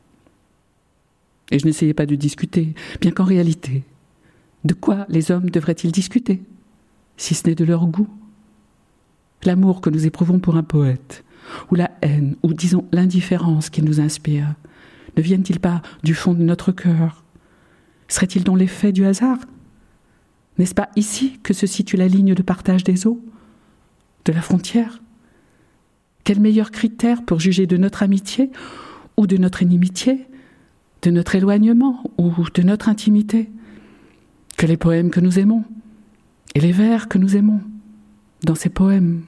Et je n'essayais pas de discuter, bien qu'en réalité, de quoi les hommes devraient-ils discuter, si ce n'est de leur goût ? L'amour que nous éprouvons pour un poète, ou la haine, ou disons l'indifférence qu'il nous inspire, ne viennent-ils pas du fond de notre cœur ? Serait-il donc l'effet du hasard ? N'est-ce pas ici que se situe la ligne de partage des eaux, de la frontière ? Quel meilleur critère pour juger de notre amitié ou de notre inimitié, de notre éloignement ou de notre intimité, que les poèmes que nous aimons et les vers que nous aimons dans ces poèmes.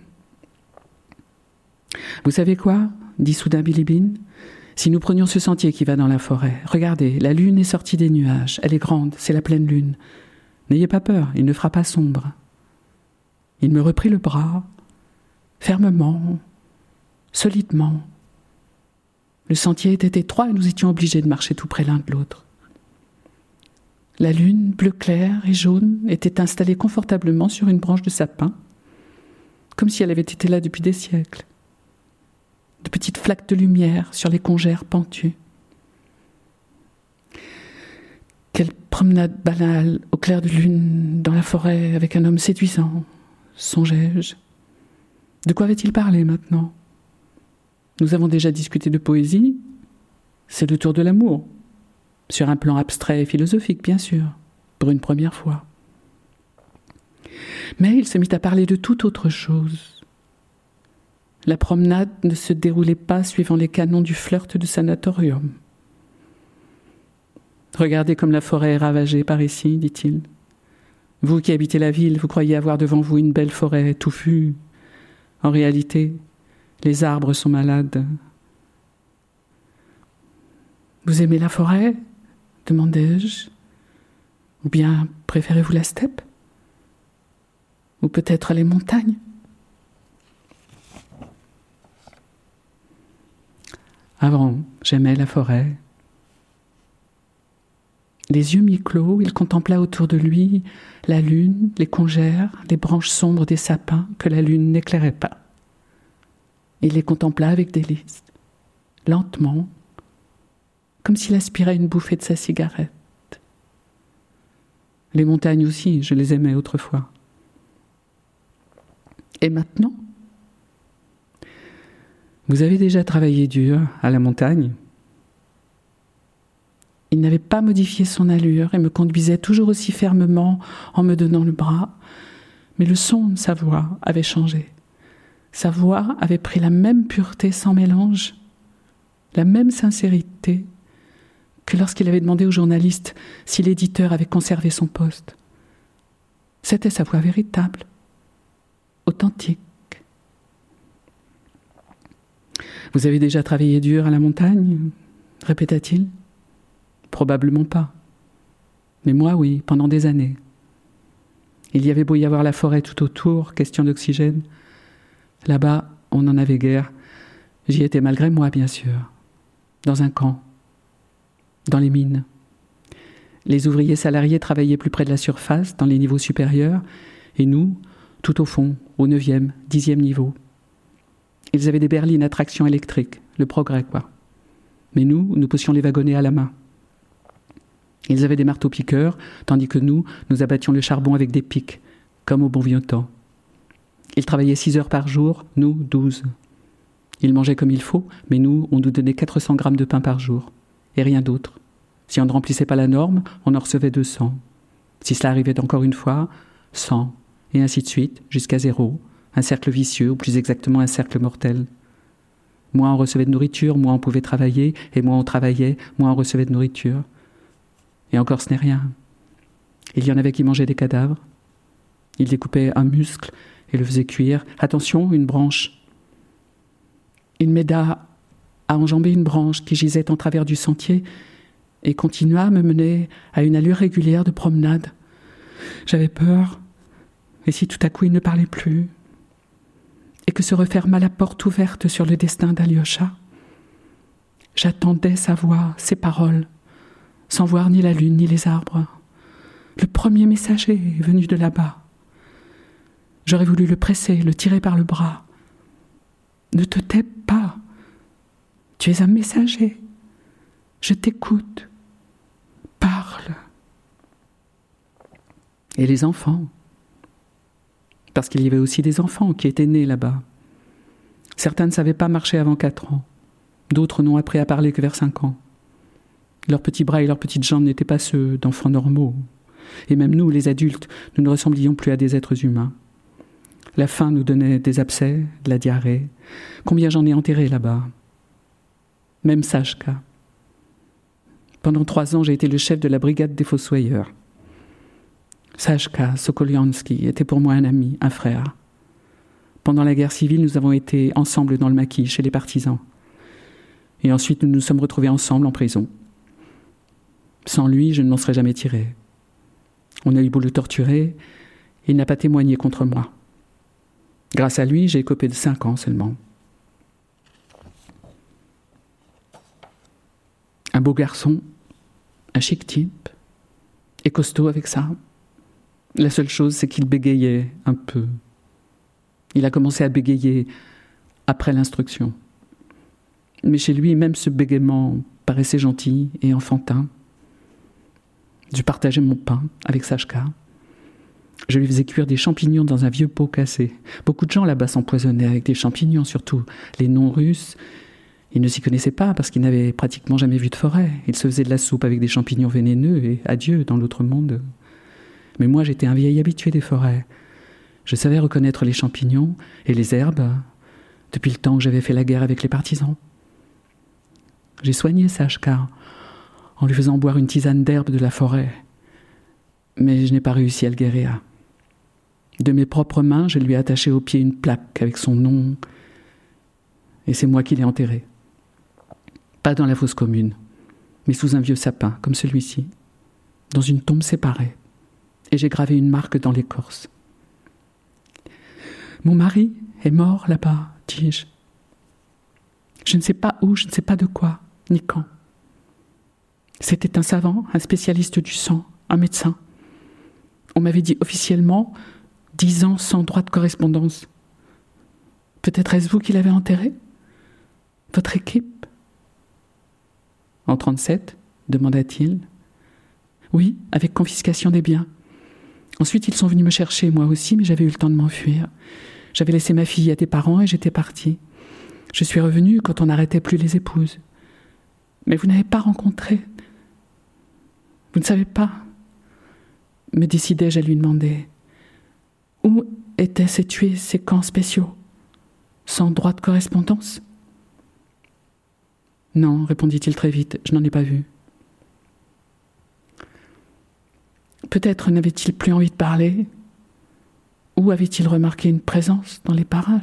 Vous savez quoi ? Dit soudain Billy Bean. Si nous prenions ce sentier qui va dans la forêt, regardez, la lune est sortie des nuages, elle est grande, c'est la pleine lune. N'ayez pas peur, il ne fera pas sombre. Il me reprit le bras, fermement, solidement. Le sentier était étroit et nous étions obligés de marcher tout près l'un de l'autre. La lune, bleu clair et jaune, était installée confortablement sur une branche de sapin, comme si elle avait été là depuis des siècles. De petites flaques de lumière sur les congères pentues. Quelle promenade banale au clair de lune dans la forêt avec un homme séduisant, songeai-je. De quoi avait-il parlé maintenant ? Nous avons déjà discuté de poésie, c'est le tour de l'amour, sur un plan abstrait et philosophique, bien sûr, pour une première fois. Mais il se mit à parler de toute autre chose. La promenade ne se déroulait pas suivant les canons du flirt de sanatorium. « Regardez comme la forêt est ravagée par ici, dit-il. Vous qui habitez la ville, vous croyez avoir devant vous une belle forêt touffue. En réalité, les arbres sont malades. »« Vous aimez la forêt ? demandai-je. Ou bien préférez-vous la steppe ? Ou peut-être les montagnes ? Avant, j'aimais la forêt. Les yeux mi-clos, il contempla autour de lui la lune, les congères, les branches sombres des sapins que la lune n'éclairait pas. Il les contempla avec délice, lentement, comme s'il aspirait une bouffée de sa cigarette. Les montagnes aussi, je les aimais autrefois. Et maintenant ? Vous avez déjà travaillé dur à la montagne ? Il n'avait pas modifié son allure et me conduisait toujours aussi fermement en me donnant le bras. Mais le son de sa voix avait changé. Sa voix avait pris la même pureté sans mélange, la même sincérité que lorsqu'il avait demandé au journaliste si l'éditeur avait conservé son poste. C'était sa voix véritable, authentique. « Vous avez déjà travaillé dur à la montagne ?» répéta-t-il. « Probablement pas. Mais moi, oui, pendant des années. Il y avait beau y avoir la forêt tout autour, question d'oxygène. Là-bas, on n'en avait guère. J'y étais malgré moi, bien sûr. Dans un camp. Dans les mines. Les ouvriers salariés travaillaient plus près de la surface, dans les niveaux supérieurs, et nous, tout au fond, au 9e, 10e niveau. Ils avaient des berlines à traction électrique, le progrès, quoi. Mais nous poussions les wagonnets à la main. Ils avaient des marteaux-piqueurs, tandis que nous abattions le charbon avec des pics, comme au bon vieux temps. Ils travaillaient 6 heures par jour, nous, 12. Ils mangeaient comme il faut, mais nous, on nous donnait 400 grammes de pain par jour, et rien d'autre. Si on ne remplissait pas la norme, on en recevait 200. Si cela arrivait encore une fois, 100, et ainsi de suite, jusqu'à 0. Un cercle vicieux, ou plus exactement un cercle mortel. Moins on recevait de nourriture, moins on pouvait travailler, et moins on travaillait, moins on recevait de nourriture. Et encore ce n'est rien. Il y en avait qui mangeaient des cadavres. Ils découpaient un muscle et le faisaient cuire. Attention, une branche. Il m'aida à enjamber une branche qui gisait en travers du sentier et continua à me mener à une allure régulière de promenade. J'avais peur. Et si tout à coup il ne parlait plus ? Et que se referma la porte ouverte sur le destin d'Alyosha. J'attendais sa voix, ses paroles, sans voir ni la lune ni les arbres. Le premier messager venu de là-bas. J'aurais voulu le presser, le tirer par le bras. Ne te tais pas. Tu es un messager. Je t'écoute. Parle. Et les enfants. Parce qu'il y avait aussi des enfants qui étaient nés là-bas. Certains ne savaient pas marcher avant 4 ans. D'autres n'ont appris à parler que vers 5 ans. Leurs petits bras et leurs petites jambes n'étaient pas ceux d'enfants normaux. Et même nous, les adultes, nous ne ressemblions plus à des êtres humains. La faim nous donnait des abcès, de la diarrhée. Combien j'en ai enterré là-bas ? Même Sachka. Pendant 3 ans, j'ai été le chef de la brigade des fossoyeurs. Sachka Sokoliansky était pour moi un ami, un frère. Pendant la guerre civile, nous avons été ensemble dans le maquis, chez les partisans. Et ensuite, nous nous sommes retrouvés ensemble en prison. Sans lui, je ne m'en serais jamais tiré. On a eu beau le torturer, il n'a pas témoigné contre moi. Grâce à lui, j'ai écopé de 5 ans seulement. Un beau garçon, un chic type, et costaud avec ça. La seule chose, c'est qu'il bégayait un peu. Il a commencé à bégayer après l'instruction. Mais chez lui, même ce bégaiement paraissait gentil et enfantin. Je partageais mon pain avec Sachka. Je lui faisais cuire des champignons dans un vieux pot cassé. Beaucoup de gens là-bas s'empoisonnaient avec des champignons, surtout les non-russes. Ils ne s'y connaissaient pas parce qu'ils n'avaient pratiquement jamais vu de forêt. Ils se faisaient de la soupe avec des champignons vénéneux et adieu dans l'autre monde. Mais moi, j'étais un vieil habitué des forêts. Je savais reconnaître les champignons et les herbes depuis le temps où j'avais fait la guerre avec les partisans. J'ai soigné Sachka en lui faisant boire une tisane d'herbe de la forêt. Mais je n'ai pas réussi à le guérir. De mes propres mains, je lui ai attaché au pied une plaque avec son nom. Et c'est moi qui l'ai enterré. Pas dans la fosse commune, mais sous un vieux sapin, comme celui-ci, dans une tombe séparée. Et j'ai gravé une marque dans l'écorce. Mon mari est mort là-bas, dis-je. Je ne sais pas où, je ne sais pas de quoi, ni quand. C'était un savant, un spécialiste du sang, un médecin. On m'avait dit officiellement 10 ans sans droit de correspondance. Peut-être est-ce vous qui l'avez enterré ? Votre équipe ? En 1937, demanda-t-il. Oui, avec confiscation des biens. Ensuite, ils sont venus me chercher, moi aussi, mais j'avais eu le temps de m'enfuir. J'avais laissé ma fille à tes parents et j'étais partie. Je suis revenue quand on n'arrêtait plus les épouses. Mais vous n'avez pas rencontré. Vous ne savez pas. Me décidai-je à lui demander. Où étaient situés ces camps spéciaux ? Sans droit de correspondance ? Non, répondit-il très vite, je n'en ai pas vu. Peut-être n'avait-il plus envie de parler, ou avait-il remarqué une présence dans les parages ?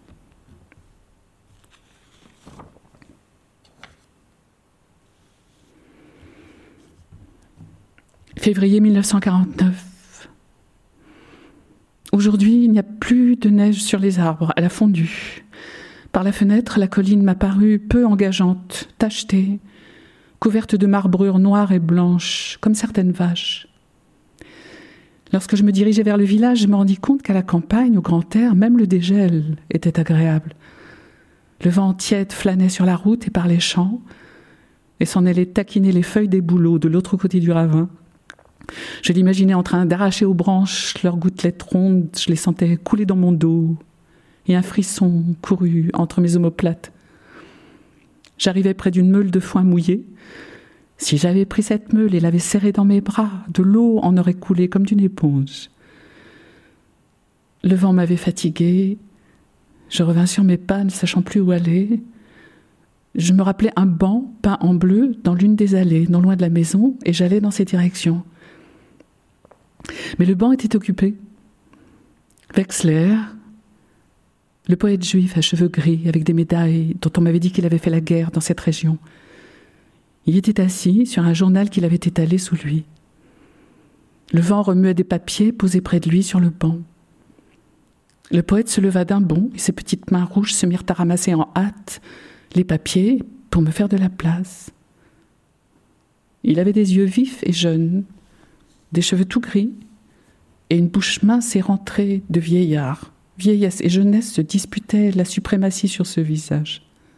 Février 1949. Aujourd'hui, il n'y a plus de neige sur les arbres, elle a fondu. Par la fenêtre, la colline m'a paru peu engageante, tachetée, couverte de marbrures noires et blanches, comme certaines vaches. Lorsque je me dirigeais vers le village, je me rendis compte qu'à la campagne, au grand air, même le dégel était agréable. Le vent tiède flânait sur la route et par les champs, et s'en allait taquiner les feuilles des bouleaux de l'autre côté du ravin. Je l'imaginais en train d'arracher aux branches leurs gouttelettes rondes, je les sentais couler dans mon dos, et un frisson courut entre mes omoplates. J'arrivais près d'une meule de foin mouillée. Si j'avais pris cette meule et l'avais serrée dans mes bras, de l'eau en aurait coulé comme d'une éponge. Le vent m'avait fatiguée. Je revins sur mes pas, ne sachant plus où aller. Je me rappelais un banc peint en bleu dans l'une des allées, non loin de la maison, et j'allais dans cette direction. Mais le banc était occupé. Wexler, le poète juif à cheveux gris, avec des médailles dont on m'avait dit qu'il avait fait la guerre dans cette région. Il était assis sur un journal qu'il avait étalé sous lui. Le vent remuait des papiers posés près de lui sur le banc. Le poète se leva d'un bond et ses petites mains rouges se mirent à ramasser en hâte les papiers pour me faire de la place. Il avait des yeux vifs et jeunes, des cheveux tout gris et une bouche mince et rentrée de vieillard. Vieillesse et jeunesse se disputaient la suprématie sur ce visage.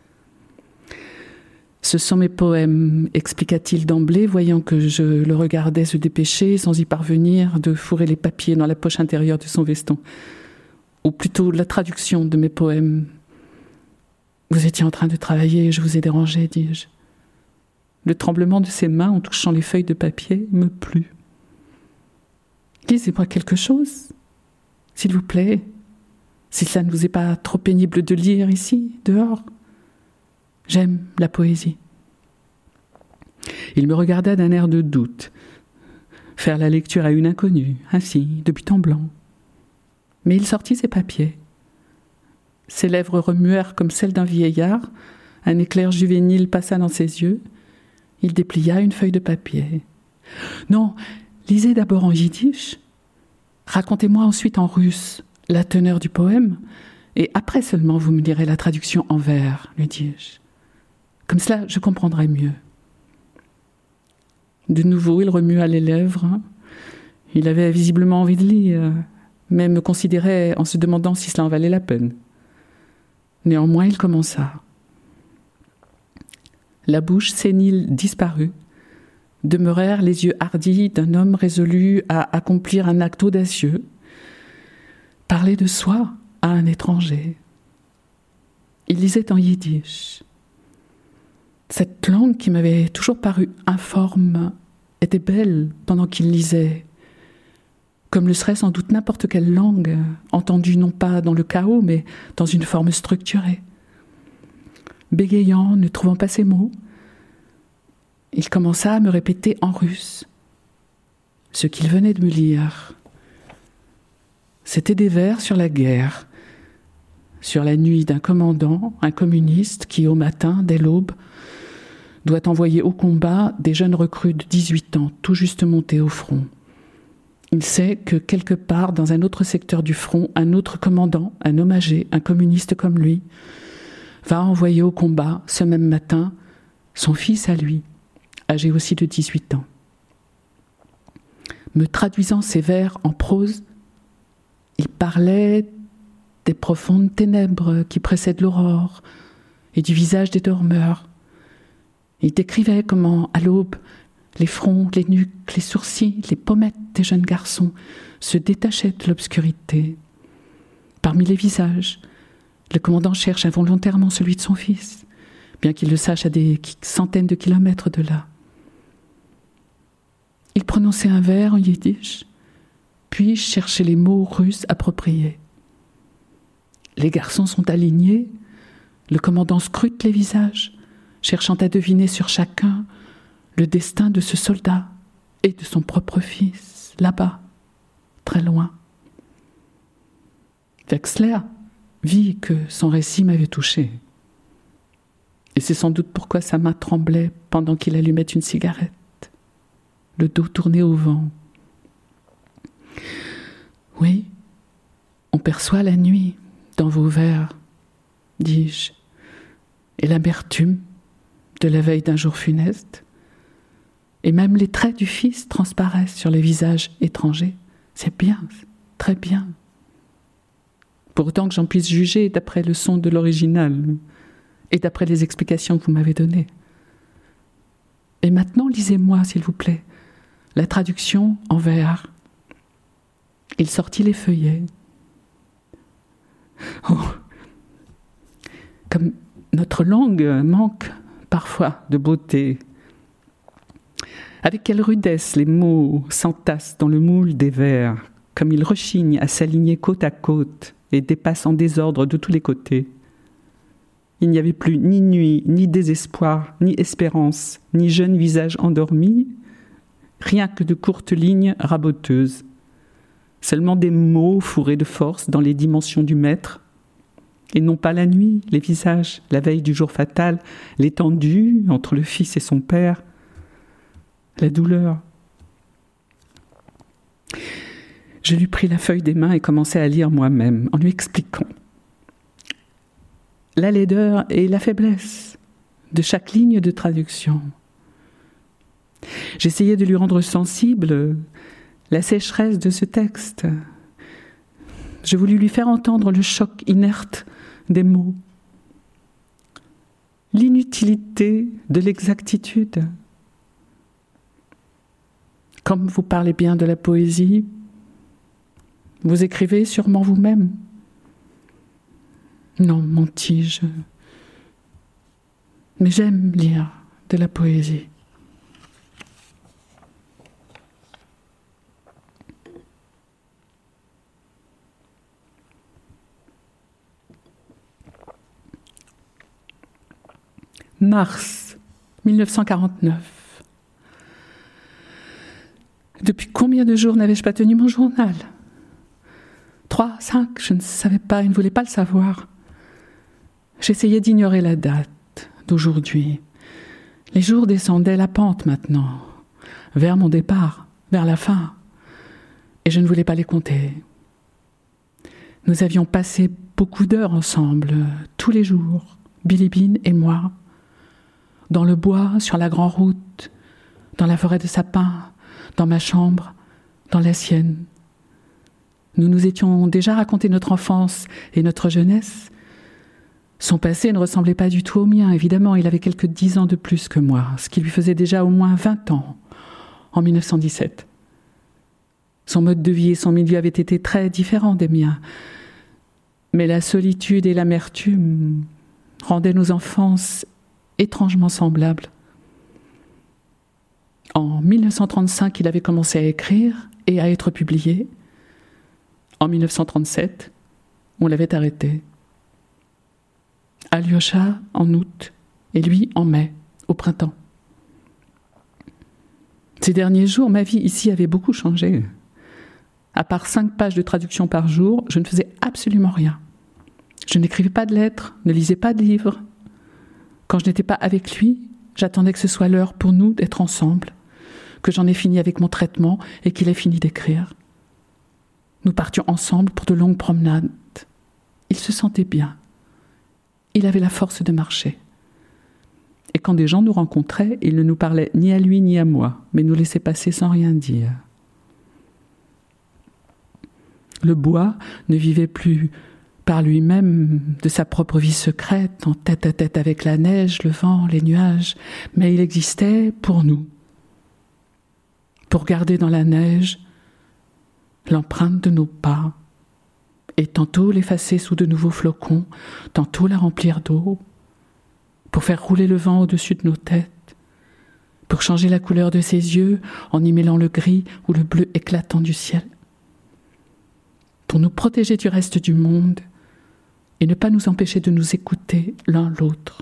« Ce sont mes poèmes », expliqua-t-il d'emblée, voyant que je le regardais se dépêcher, sans y parvenir, de fourrer les papiers dans la poche intérieure de son veston. Ou plutôt la traduction de mes poèmes. « Vous étiez en train de travailler et je vous ai dérangé, dis-je. » Le tremblement de ses mains en touchant les feuilles de papier me plut. « Lisez-moi quelque chose, s'il vous plaît, si cela ne vous est pas trop pénible de lire ici, dehors. J'aime la poésie. » Il me regarda d'un air de doute. Faire la lecture à une inconnue, ainsi, de but en blanc. Mais il sortit ses papiers. Ses lèvres remuèrent comme celles d'un vieillard. Un éclair juvénile passa dans ses yeux. Il déplia une feuille de papier. « Non, lisez d'abord en yiddish. Racontez-moi ensuite en russe la teneur du poème, et après seulement vous me direz la traduction en vers, lui dis-je. Comme cela, je comprendrai mieux. » De nouveau, il remua les lèvres. Il avait visiblement envie de lire, mais me considérait en se demandant si cela en valait la peine. Néanmoins, il commença. La bouche sénile disparut. Demeurèrent les yeux hardis d'un homme résolu à accomplir un acte audacieux. Parler de soi à un étranger. Il lisait en yiddish. Cette langue qui m'avait toujours paru informe était belle pendant qu'il lisait, comme le serait sans doute n'importe quelle langue, entendue non pas dans le chaos, mais dans une forme structurée. Bégayant, ne trouvant pas ses mots, il commença à me répéter en russe ce qu'il venait de me lire. C'étaient des vers sur la guerre, sur la nuit d'un commandant, un communiste qui, au matin, dès l'aube, doit envoyer au combat des jeunes recrues de 18 ans, tout juste montés au front. Il sait que quelque part, dans un autre secteur du front, un autre commandant, un homme âgé, un communiste comme lui, va envoyer au combat, ce même matin, son fils à lui, âgé aussi de 18 ans. Me traduisant ses vers en prose, il parlait des profondes ténèbres qui précèdent l'aurore et du visage des dormeurs. Il décrivait comment, à l'aube, les fronts, les nuques, les sourcils, les pommettes des jeunes garçons se détachaient de l'obscurité. Parmi les visages, le commandant cherche involontairement celui de son fils, bien qu'il le sache à des centaines de kilomètres de là. Il prononçait un vers en yiddish, puis cherchait les mots russes appropriés. Les garçons sont alignés, le commandant scrute les visages, cherchant à deviner sur chacun le destin de ce soldat et de son propre fils, là-bas, très loin. Wexler vit que son récit m'avait touché. Et c'est sans doute pourquoi sa main tremblait pendant qu'il allumait une cigarette, le dos tourné au vent. Oui, on perçoit la nuit dans vos vers, dis-je, et l'amertume de la veille d'un jour funeste, et même les traits du fils transparaissent sur les visages étrangers. C'est bien, très bien. Pour autant que j'en puisse juger d'après le son de l'original et d'après les explications que vous m'avez données. Et maintenant, lisez-moi, s'il vous plaît, la traduction en vers. Il sortit les feuillets. Oh, comme notre langue manque parfois de beauté. Avec quelle rudesse les mots s'entassent dans le moule des vers, comme ils rechignent à s'aligner côte à côte et dépassent en désordre de tous les côtés. Il n'y avait plus ni nuit, ni désespoir, ni espérance, ni jeune visage endormi, rien que de courtes lignes raboteuses. Seulement des mots fourrés de force dans les dimensions du maître, et non pas la nuit, les visages, la veille du jour fatal, l'étendue entre le fils et son père, la douleur. Je lui pris la feuille des mains et commençai à lire moi-même, en lui expliquant la laideur et la faiblesse de chaque ligne de traduction. J'essayais de lui rendre sensible la sécheresse de ce texte. Je voulus lui faire entendre le choc inerte des mots, l'inutilité de l'exactitude. Comme vous parlez bien de la poésie, vous écrivez sûrement vous-même. Non, mentis-je, mais j'aime lire de la poésie. Mars 1949. Depuis combien de jours n'avais-je pas tenu mon journal ? 3, 5, je ne savais pas et ne voulais pas le savoir. J'essayais d'ignorer la date d'aujourd'hui. Les jours descendaient la pente maintenant, vers mon départ, vers la fin, et je ne voulais pas les compter. Nous avions passé beaucoup d'heures ensemble, tous les jours, Billy Bean et moi, dans le bois, sur la grande route, dans la forêt de sapins, dans ma chambre, dans la sienne. Nous nous étions déjà raconté notre enfance et notre jeunesse. Son passé ne ressemblait pas du tout au mien, évidemment, il avait quelques 10 ans de plus que moi, ce qui lui faisait déjà au moins 20 ans, en 1917. Son mode de vie et son milieu avaient été très différents des miens. Mais la solitude et l'amertume rendaient nos enfances étrangement semblables. En 1935, il avait commencé à écrire et à être publié. En 1937, on l'avait arrêté. Alyosha en août et lui en mai, au printemps. Ces derniers jours, ma vie ici avait beaucoup changé. À part 5 pages de traduction par jour, je ne faisais absolument rien. Je n'écrivais pas de lettres, ne lisais pas de livres. Quand je n'étais pas avec lui, j'attendais que ce soit l'heure pour nous d'être ensemble, que j'en ai fini avec mon traitement et qu'il ait fini d'écrire. Nous partions ensemble pour de longues promenades. Il se sentait bien. il avait la force de marcher. Et quand des gens nous rencontraient, il ne nous parlait ni à lui ni à moi, mais nous laissait passer sans rien dire. Le bois ne vivait plus par lui-même de sa propre vie secrète, en tête à tête avec la neige, le vent, les nuages, mais il existait pour nous, pour garder dans la neige l'empreinte de nos pas, et tantôt l'effacer sous de nouveaux flocons, tantôt la remplir d'eau, pour faire rouler le vent au-dessus de nos têtes, pour changer la couleur de ses yeux en y mêlant le gris ou le bleu éclatant du ciel, pour nous protéger du reste du monde et ne pas nous empêcher de nous écouter l'un l'autre.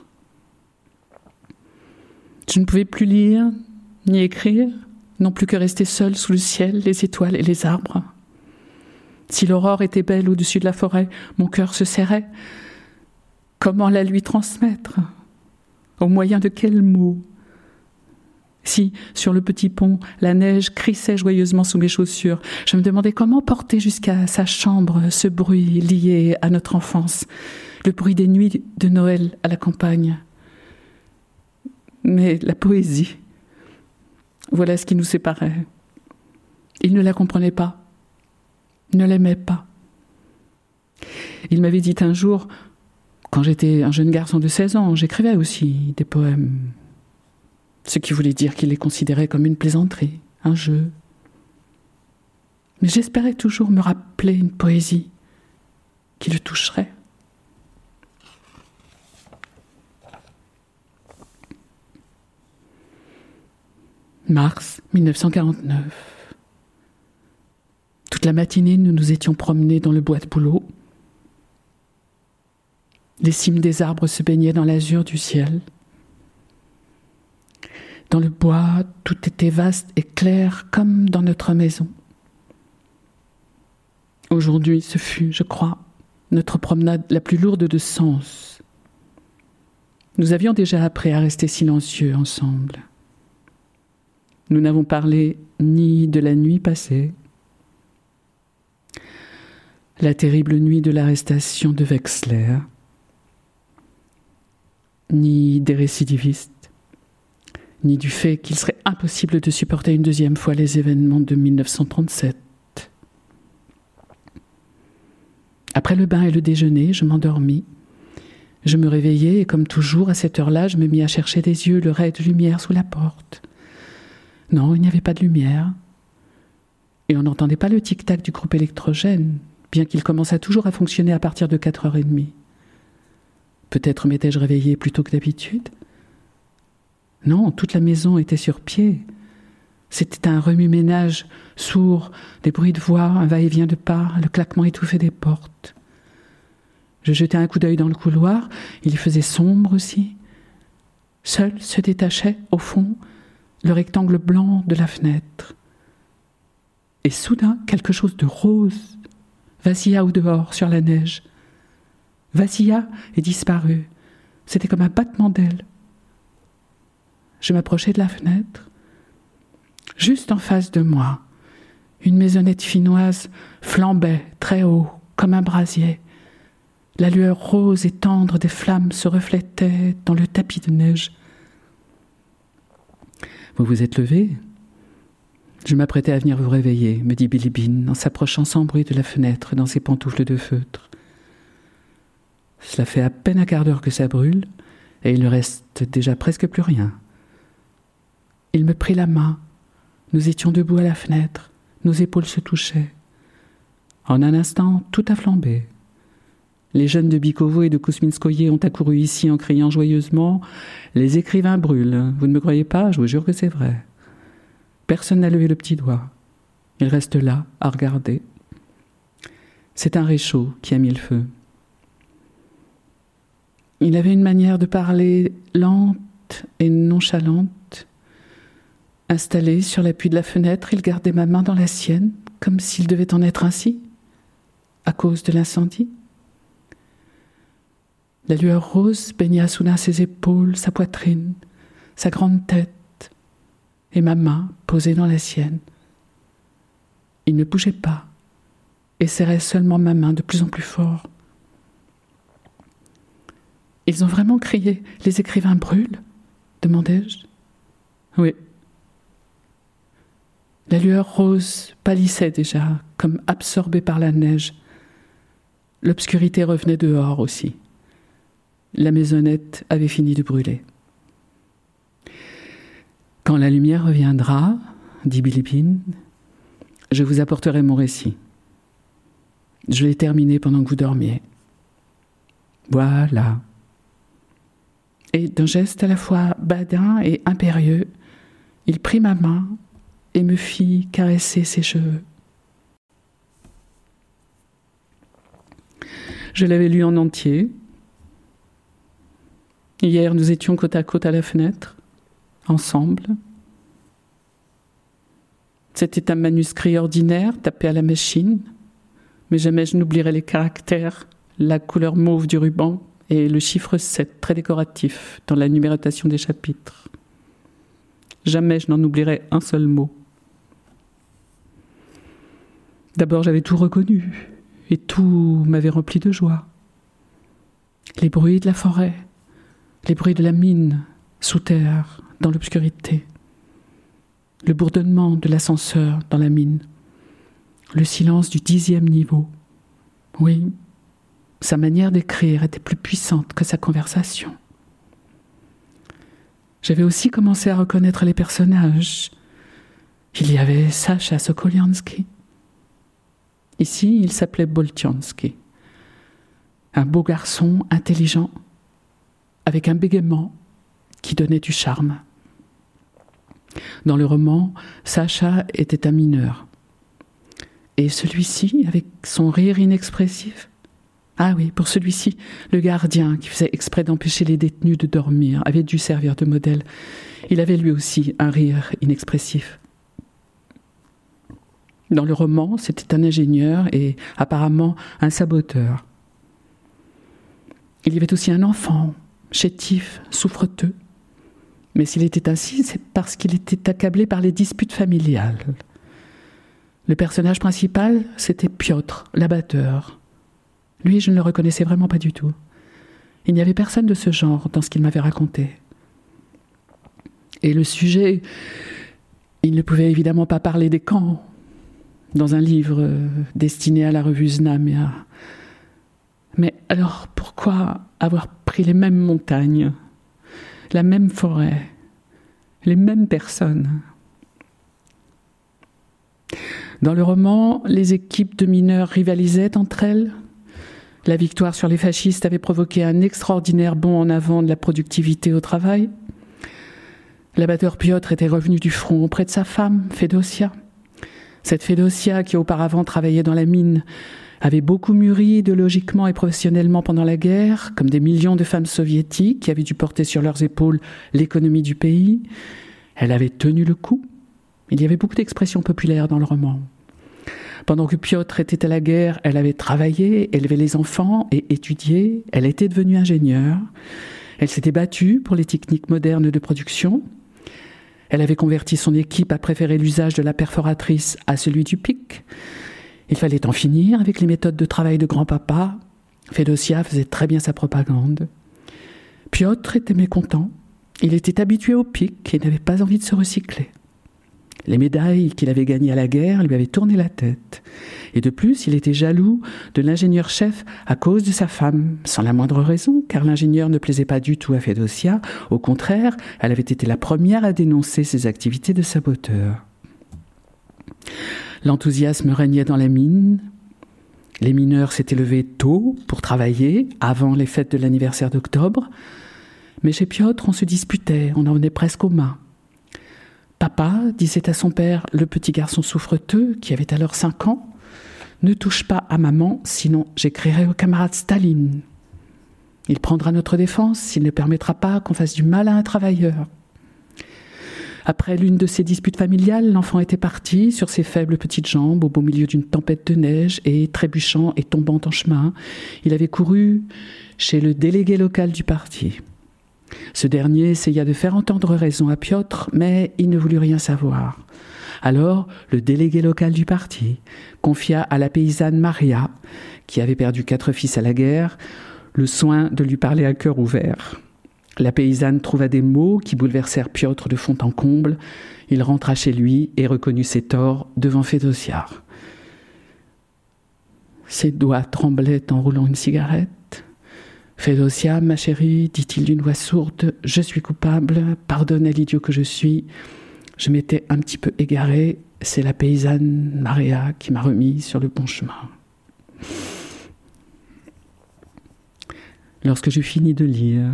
Je ne pouvais plus lire, ni écrire, non plus que rester seule sous le ciel, les étoiles et les arbres. Si l'aurore était belle au-dessus de la forêt, mon cœur se serrait. Comment la lui transmettre ? Au moyen de quels mots ? Si, sur le petit pont, la neige crissait joyeusement sous mes chaussures, je me demandais comment porter jusqu'à sa chambre ce bruit lié à notre enfance, le bruit des nuits de Noël à la campagne. Mais la poésie, voilà ce qui nous séparait. Il ne la comprenait pas, ne l'aimait pas. Il m'avait dit un jour, quand j'étais un jeune garçon de 16 ans, j'écrivais aussi des poèmes. Ce qui voulait dire qu'il les considérait comme une plaisanterie, un jeu. Mais j'espérais toujours me rappeler une poésie qui le toucherait. Mars 1949. Toute la matinée, nous nous étions promenés dans le bois de Bouleau. Les cimes des arbres se baignaient dans l'azur du ciel. Dans le bois, tout était vaste et clair comme dans notre maison. Aujourd'hui, ce fut, je crois, notre promenade la plus lourde de sens. Nous avions déjà appris à rester silencieux ensemble. Nous n'avons parlé ni de la nuit passée, la terrible nuit de l'arrestation de Wexler, ni des récidivistes, ni du fait qu'il serait impossible de supporter une deuxième fois les événements de 1937. Après le bain et le déjeuner, je m'endormis. Je me réveillai et comme toujours, à cette heure-là, je me mis à chercher des yeux le ray de lumière sous la porte. Non, il n'y avait pas de lumière. Et on n'entendait pas le tic-tac du groupe électrogène, bien qu'il commençât toujours à fonctionner à partir de 4h30. Peut-être m'étais-je réveillée plus tôt que d'habitude ? Non, toute la maison était sur pied. C'était un remue-ménage sourd, des bruits de voix, un va-et-vient de pas, le claquement étouffé des portes. Je jetai un coup d'œil dans le couloir, il y faisait sombre aussi. Seul se détachait, au fond, le rectangle blanc de la fenêtre. Et soudain, quelque chose de rose vacilla au dehors, sur la neige. Vacilla et disparut. C'était comme un battement d'ailes. Je m'approchai de la fenêtre. Juste en face de moi, une maisonnette finnoise flambait très haut, comme un brasier. La lueur rose et tendre des flammes se reflétait dans le tapis de neige. « Vous vous êtes levé ?» Je m'apprêtais à venir vous réveiller, me dit Bilibine, en s'approchant sans bruit de la fenêtre dans ses pantoufles de feutre. Cela fait à peine un quart d'heure que ça brûle, et il ne reste déjà presque plus rien. Il me prit la main. Nous étions debout à la fenêtre. Nos épaules se touchaient. En un instant, tout a flambé. Les jeunes de Bikovo et de Kousminskoye ont accouru ici en criant joyeusement « Les écrivains brûlent. Vous ne me croyez pas ? Je vous jure que c'est vrai. » Personne n'a levé le petit doigt. Il reste là, à regarder. C'est un réchaud qui a mis le feu. Il avait une manière de parler lente et nonchalante. Installé sur l'appui de la fenêtre, il gardait ma main dans la sienne, comme s'il devait en être ainsi, à cause de l'incendie. La lueur rose baigna soudain ses épaules, sa poitrine, sa grande tête, et ma main posée dans la sienne. Il ne bougeait pas, et serrait seulement ma main de plus en plus fort. Ils ont vraiment crié « Les écrivains brûlent ?» demandai-je. Oui. La lueur rose pâlissait déjà, comme absorbée par la neige. L'obscurité revenait dehors aussi. La maisonnette avait fini de brûler. « Quand la lumière reviendra, dit Bilibine, je vous apporterai mon récit. Je l'ai terminé pendant que vous dormiez. Voilà. » Et d'un geste à la fois badin et impérieux, il prit ma main et me fit caresser ses cheveux. Je l'avais lu en entier. Hier, nous étions côte à côte à la fenêtre, ensemble. C'était un manuscrit ordinaire, tapé à la machine, mais jamais je n'oublierai les caractères, la couleur mauve du ruban et le chiffre 7, très décoratif, dans la numérotation des chapitres. Jamais je n'en oublierai un seul mot. D'abord, j'avais tout reconnu, et tout m'avait rempli de joie. Les bruits de la forêt, les bruits de la mine, sous terre, dans l'obscurité, le bourdonnement de l'ascenseur dans la mine, le silence du 10e niveau. Oui, sa manière d'écrire était plus puissante que sa conversation. J'avais aussi commencé à reconnaître les personnages. Il y avait Sacha Sokoliansky. Ici, il s'appelait Boltiansky. Un beau garçon intelligent, avec un bégaiement qui donnait du charme. Dans le roman, Sacha était un mineur. Et celui-ci, avec son rire inexpressif, ah oui, pour celui-ci, le gardien qui faisait exprès d'empêcher les détenus de dormir avait dû servir de modèle. Il avait lui aussi un rire inexpressif. Dans le roman, c'était un ingénieur et apparemment un saboteur. Il y avait aussi un enfant, chétif, souffreteux. Mais s'il était ainsi, c'est parce qu'il était accablé par les disputes familiales. Le personnage principal, c'était Piotr, l'abatteur. Lui, je ne le reconnaissais vraiment pas du tout. Il n'y avait personne de ce genre dans ce qu'il m'avait raconté. Et le sujet, il ne pouvait évidemment pas parler des camps, dans un livre destiné à la revue Znamia. Mais alors, pourquoi avoir pris les mêmes montagnes, la même forêt, les mêmes personnes ? Dans le roman, les équipes de mineurs rivalisaient entre elles. La victoire sur les fascistes avait provoqué un extraordinaire bond en avant de la productivité au travail. L'abatteur Piotr était revenu du front auprès de sa femme, Fédosia. Cette Fédosia, qui auparavant travaillait dans la mine, avait beaucoup mûri idéologiquement et professionnellement pendant la guerre, comme des millions de femmes soviétiques qui avaient dû porter sur leurs épaules l'économie du pays. Elle avait tenu le coup. Il y avait beaucoup d'expressions populaires dans le roman. Pendant que Piotr était à la guerre, elle avait travaillé, élevé les enfants et étudié. Elle était devenue ingénieure. Elle s'était battue pour les techniques modernes de production. Elle avait converti son équipe à préférer l'usage de la perforatrice à celui du pic. Il fallait en finir avec les méthodes de travail de grand-papa. Fédosia faisait très bien sa propagande. Piotr était mécontent. Il était habitué au pic et n'avait pas envie de se recycler. Les médailles qu'il avait gagnées à la guerre lui avaient tourné la tête. Et de plus, il était jaloux de l'ingénieur-chef à cause de sa femme, sans la moindre raison, car l'ingénieur ne plaisait pas du tout à Fédosia. Au contraire, elle avait été la première à dénoncer ses activités de saboteur. L'enthousiasme régnait dans la mine. Les mineurs s'étaient levés tôt pour travailler, avant les fêtes de l'anniversaire d'octobre. Mais chez Piotr, on se disputait, on en venait presque aux mains. Papa disait à son père, le petit garçon souffreteux, qui avait alors 5 ans, « Ne touche pas à maman, sinon j'écrirai au camarade Staline. Il prendra notre défense s'il ne permettra pas qu'on fasse du mal à un travailleur. » Après l'une de ces disputes familiales, l'enfant était parti sur ses faibles petites jambes au beau milieu d'une tempête de neige et, trébuchant et tombant en chemin, il avait couru chez le délégué local du parti. Ce dernier essaya de faire entendre raison à Piotr, mais il ne voulut rien savoir. Alors, le délégué local du parti confia à la paysanne Maria, qui avait perdu 4 fils à la guerre, le soin de lui parler à cœur ouvert. La paysanne trouva des mots qui bouleversèrent Piotr de fond en comble. Il rentra chez lui et reconnut ses torts devant Fédosia. Ses doigts tremblaient en roulant une cigarette. « Fédosia, ma chérie, dit-il d'une voix sourde, je suis coupable, pardonne à l'idiot que je suis. Je m'étais un petit peu égaré, c'est la paysanne Maria qui m'a remis sur le bon chemin. » Lorsque j'eus fini de lire,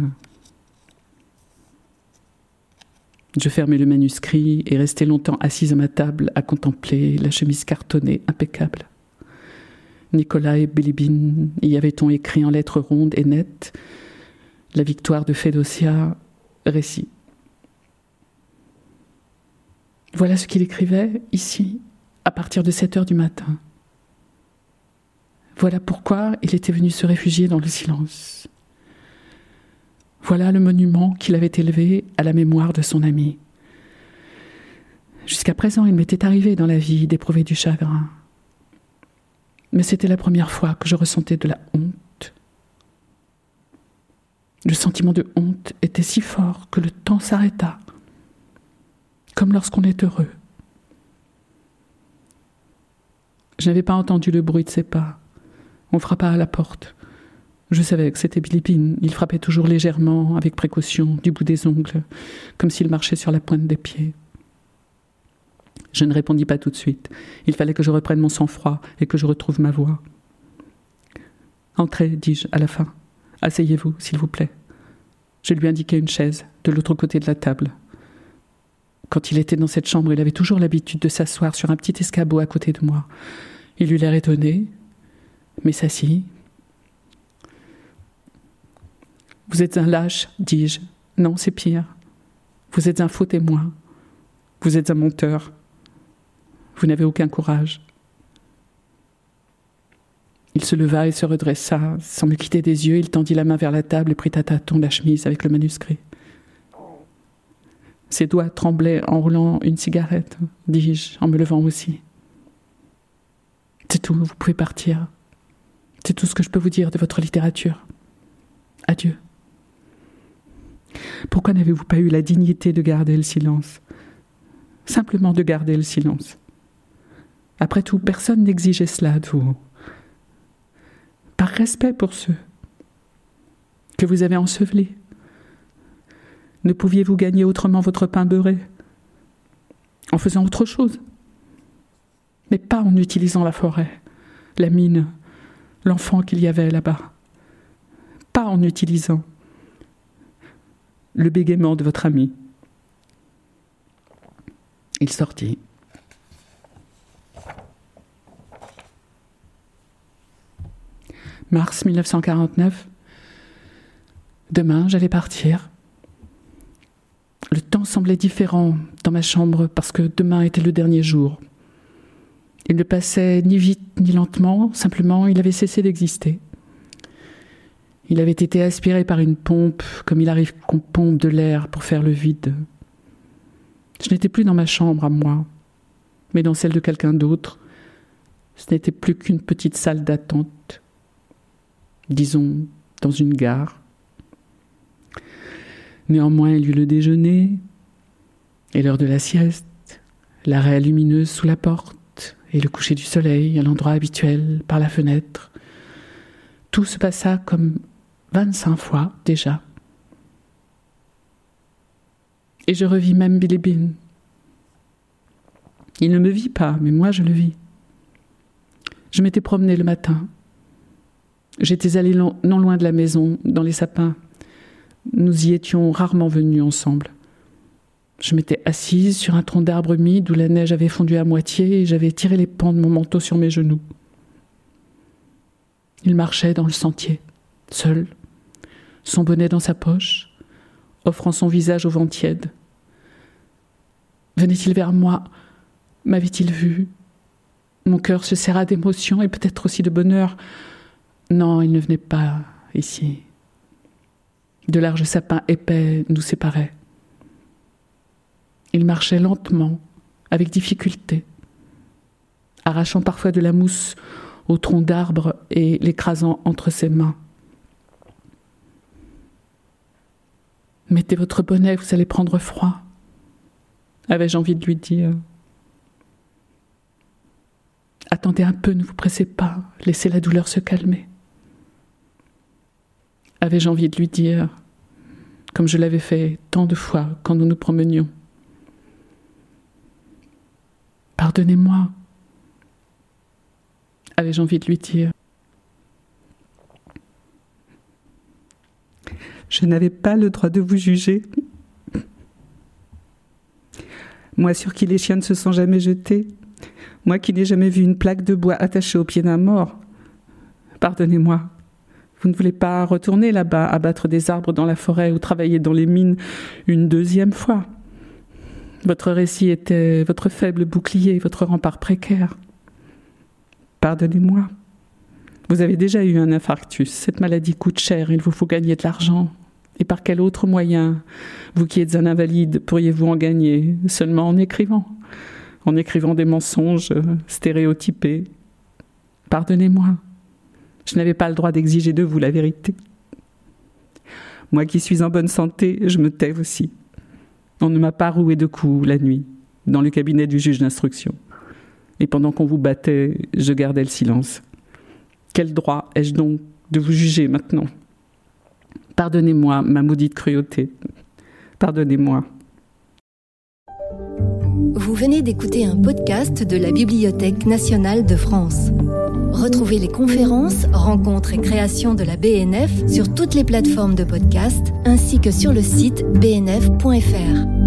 je fermai le manuscrit et restai longtemps assise à ma table à contempler la chemise cartonnée impeccable. Nikolaï Bilibin, y avait-on écrit en lettres rondes et nettes la victoire de Fédosia, récit. Voilà ce qu'il écrivait ici, à partir de 7 heures du matin. Voilà pourquoi il était venu se réfugier dans le silence. Voilà le monument qu'il avait élevé à la mémoire de son ami. Jusqu'à présent, il m'était arrivé dans la vie d'éprouver du chagrin. Mais c'était la première fois que je ressentais de la honte. Le sentiment de honte était si fort que le temps s'arrêta, comme lorsqu'on est heureux. Je n'avais pas entendu le bruit de ses pas. On frappa à la porte. Je savais que c'était Bilibin. Il frappait toujours légèrement, avec précaution, du bout des ongles, comme s'il marchait sur la pointe des pieds. Je ne répondis pas tout de suite. Il fallait que je reprenne mon sang-froid et que je retrouve ma voix. « Entrez, dis-je à la fin. Asseyez-vous, s'il vous plaît. » Je lui indiquai une chaise, de l'autre côté de la table. Quand il était dans cette chambre, il avait toujours l'habitude de s'asseoir sur un petit escabeau à côté de moi. Il eut l'air étonné, mais s'assit. « Vous êtes un lâche, dis-je. Non, c'est pire. Vous êtes un faux témoin. Vous êtes un menteur. Vous n'avez aucun courage. » Il se leva et se redressa. Sans me quitter des yeux, il tendit la main vers la table et prit à tâtons la chemise avec le manuscrit. Ses doigts tremblaient en roulant une cigarette, dis-je, en me levant aussi. « C'est tout, vous pouvez partir. C'est tout ce que je peux vous dire de votre littérature. Adieu. » Pourquoi n'avez-vous pas eu la dignité de garder le silence ? Simplement de garder le silence. Après tout, personne n'exigeait cela de vous. Par respect pour ceux que vous avez ensevelis, ne pouviez-vous gagner autrement votre pain beurré ? En faisant autre chose ? Mais pas en utilisant la forêt, la mine, l'enfant qu'il y avait là-bas. Pas en utilisant le bégaiement de votre ami. Il sortit. Mars 1949. Demain, j'allais partir. Le temps semblait différent dans ma chambre parce que demain était le dernier jour. Il ne passait ni vite ni lentement, simplement il avait cessé d'exister. Il avait été aspiré par une pompe, comme il arrive qu'on pompe de l'air pour faire le vide. Je n'étais plus dans ma chambre à moi, mais dans celle de quelqu'un d'autre. Ce n'était plus qu'une petite salle d'attente, disons dans une gare. Néanmoins, il y eut le déjeuner et l'heure de la sieste, l'arrêt lumineuse sous la porte et le coucher du soleil à l'endroit habituel par la fenêtre. Tout se passa comme 25 fois déjà. Et je revis même Bilibin. Il ne me vit pas, mais moi je le vis. Je m'étais promenée le matin. J'étais allée non loin de la maison, dans les sapins. Nous y étions rarement venus ensemble. Je m'étais assise sur un tronc d'arbre humide où la neige avait fondu à moitié et j'avais tiré les pans de mon manteau sur mes genoux. Il marchait dans le sentier, seul, son bonnet dans sa poche, offrant son visage au vent tiède. Venait-il vers moi ? M'avait-il vu ? Mon cœur se serra d'émotion et peut-être aussi de bonheur. Non, il ne venait pas ici. De larges sapins épais nous séparaient. Il marchait lentement, avec difficulté, arrachant parfois de la mousse au tronc d'arbre et l'écrasant entre ses mains. Mettez votre bonnet, vous allez prendre froid. Avais-je envie de lui dire. Attendez un peu, ne vous pressez pas, laissez la douleur se calmer. Avais-je envie de lui dire, comme je l'avais fait tant de fois quand nous nous promenions. Pardonnez-moi. Avais-je envie de lui dire. Je n'avais pas le droit de vous juger. Moi sur qui les chiens ne se sont jamais jetés. Moi qui n'ai jamais vu une plaque de bois attachée au pied d'un mort. Pardonnez-moi. Vous ne voulez pas retourner là-bas, abattre des arbres dans la forêt ou travailler dans les mines une deuxième fois. Votre récit était votre faible bouclier, votre rempart précaire. Pardonnez-moi. Vous avez déjà eu un infarctus. Cette maladie coûte cher, il vous faut gagner de l'argent. Et par quel autre moyen, vous qui êtes un invalide, pourriez-vous en gagner? Seulement en écrivant des mensonges stéréotypés. Pardonnez-moi. Je n'avais pas le droit d'exiger de vous la vérité. Moi qui suis en bonne santé, je me tais aussi. On ne m'a pas roué de coups la nuit, dans le cabinet du juge d'instruction. Et pendant qu'on vous battait, je gardais le silence. Quel droit ai-je donc de vous juger maintenant? Pardonnez-moi ma maudite cruauté. Pardonnez-moi. Vous venez d'écouter un podcast de la Bibliothèque nationale de France. Retrouvez les conférences, rencontres et créations de la BNF sur toutes les plateformes de podcast ainsi que sur le site bnf.fr.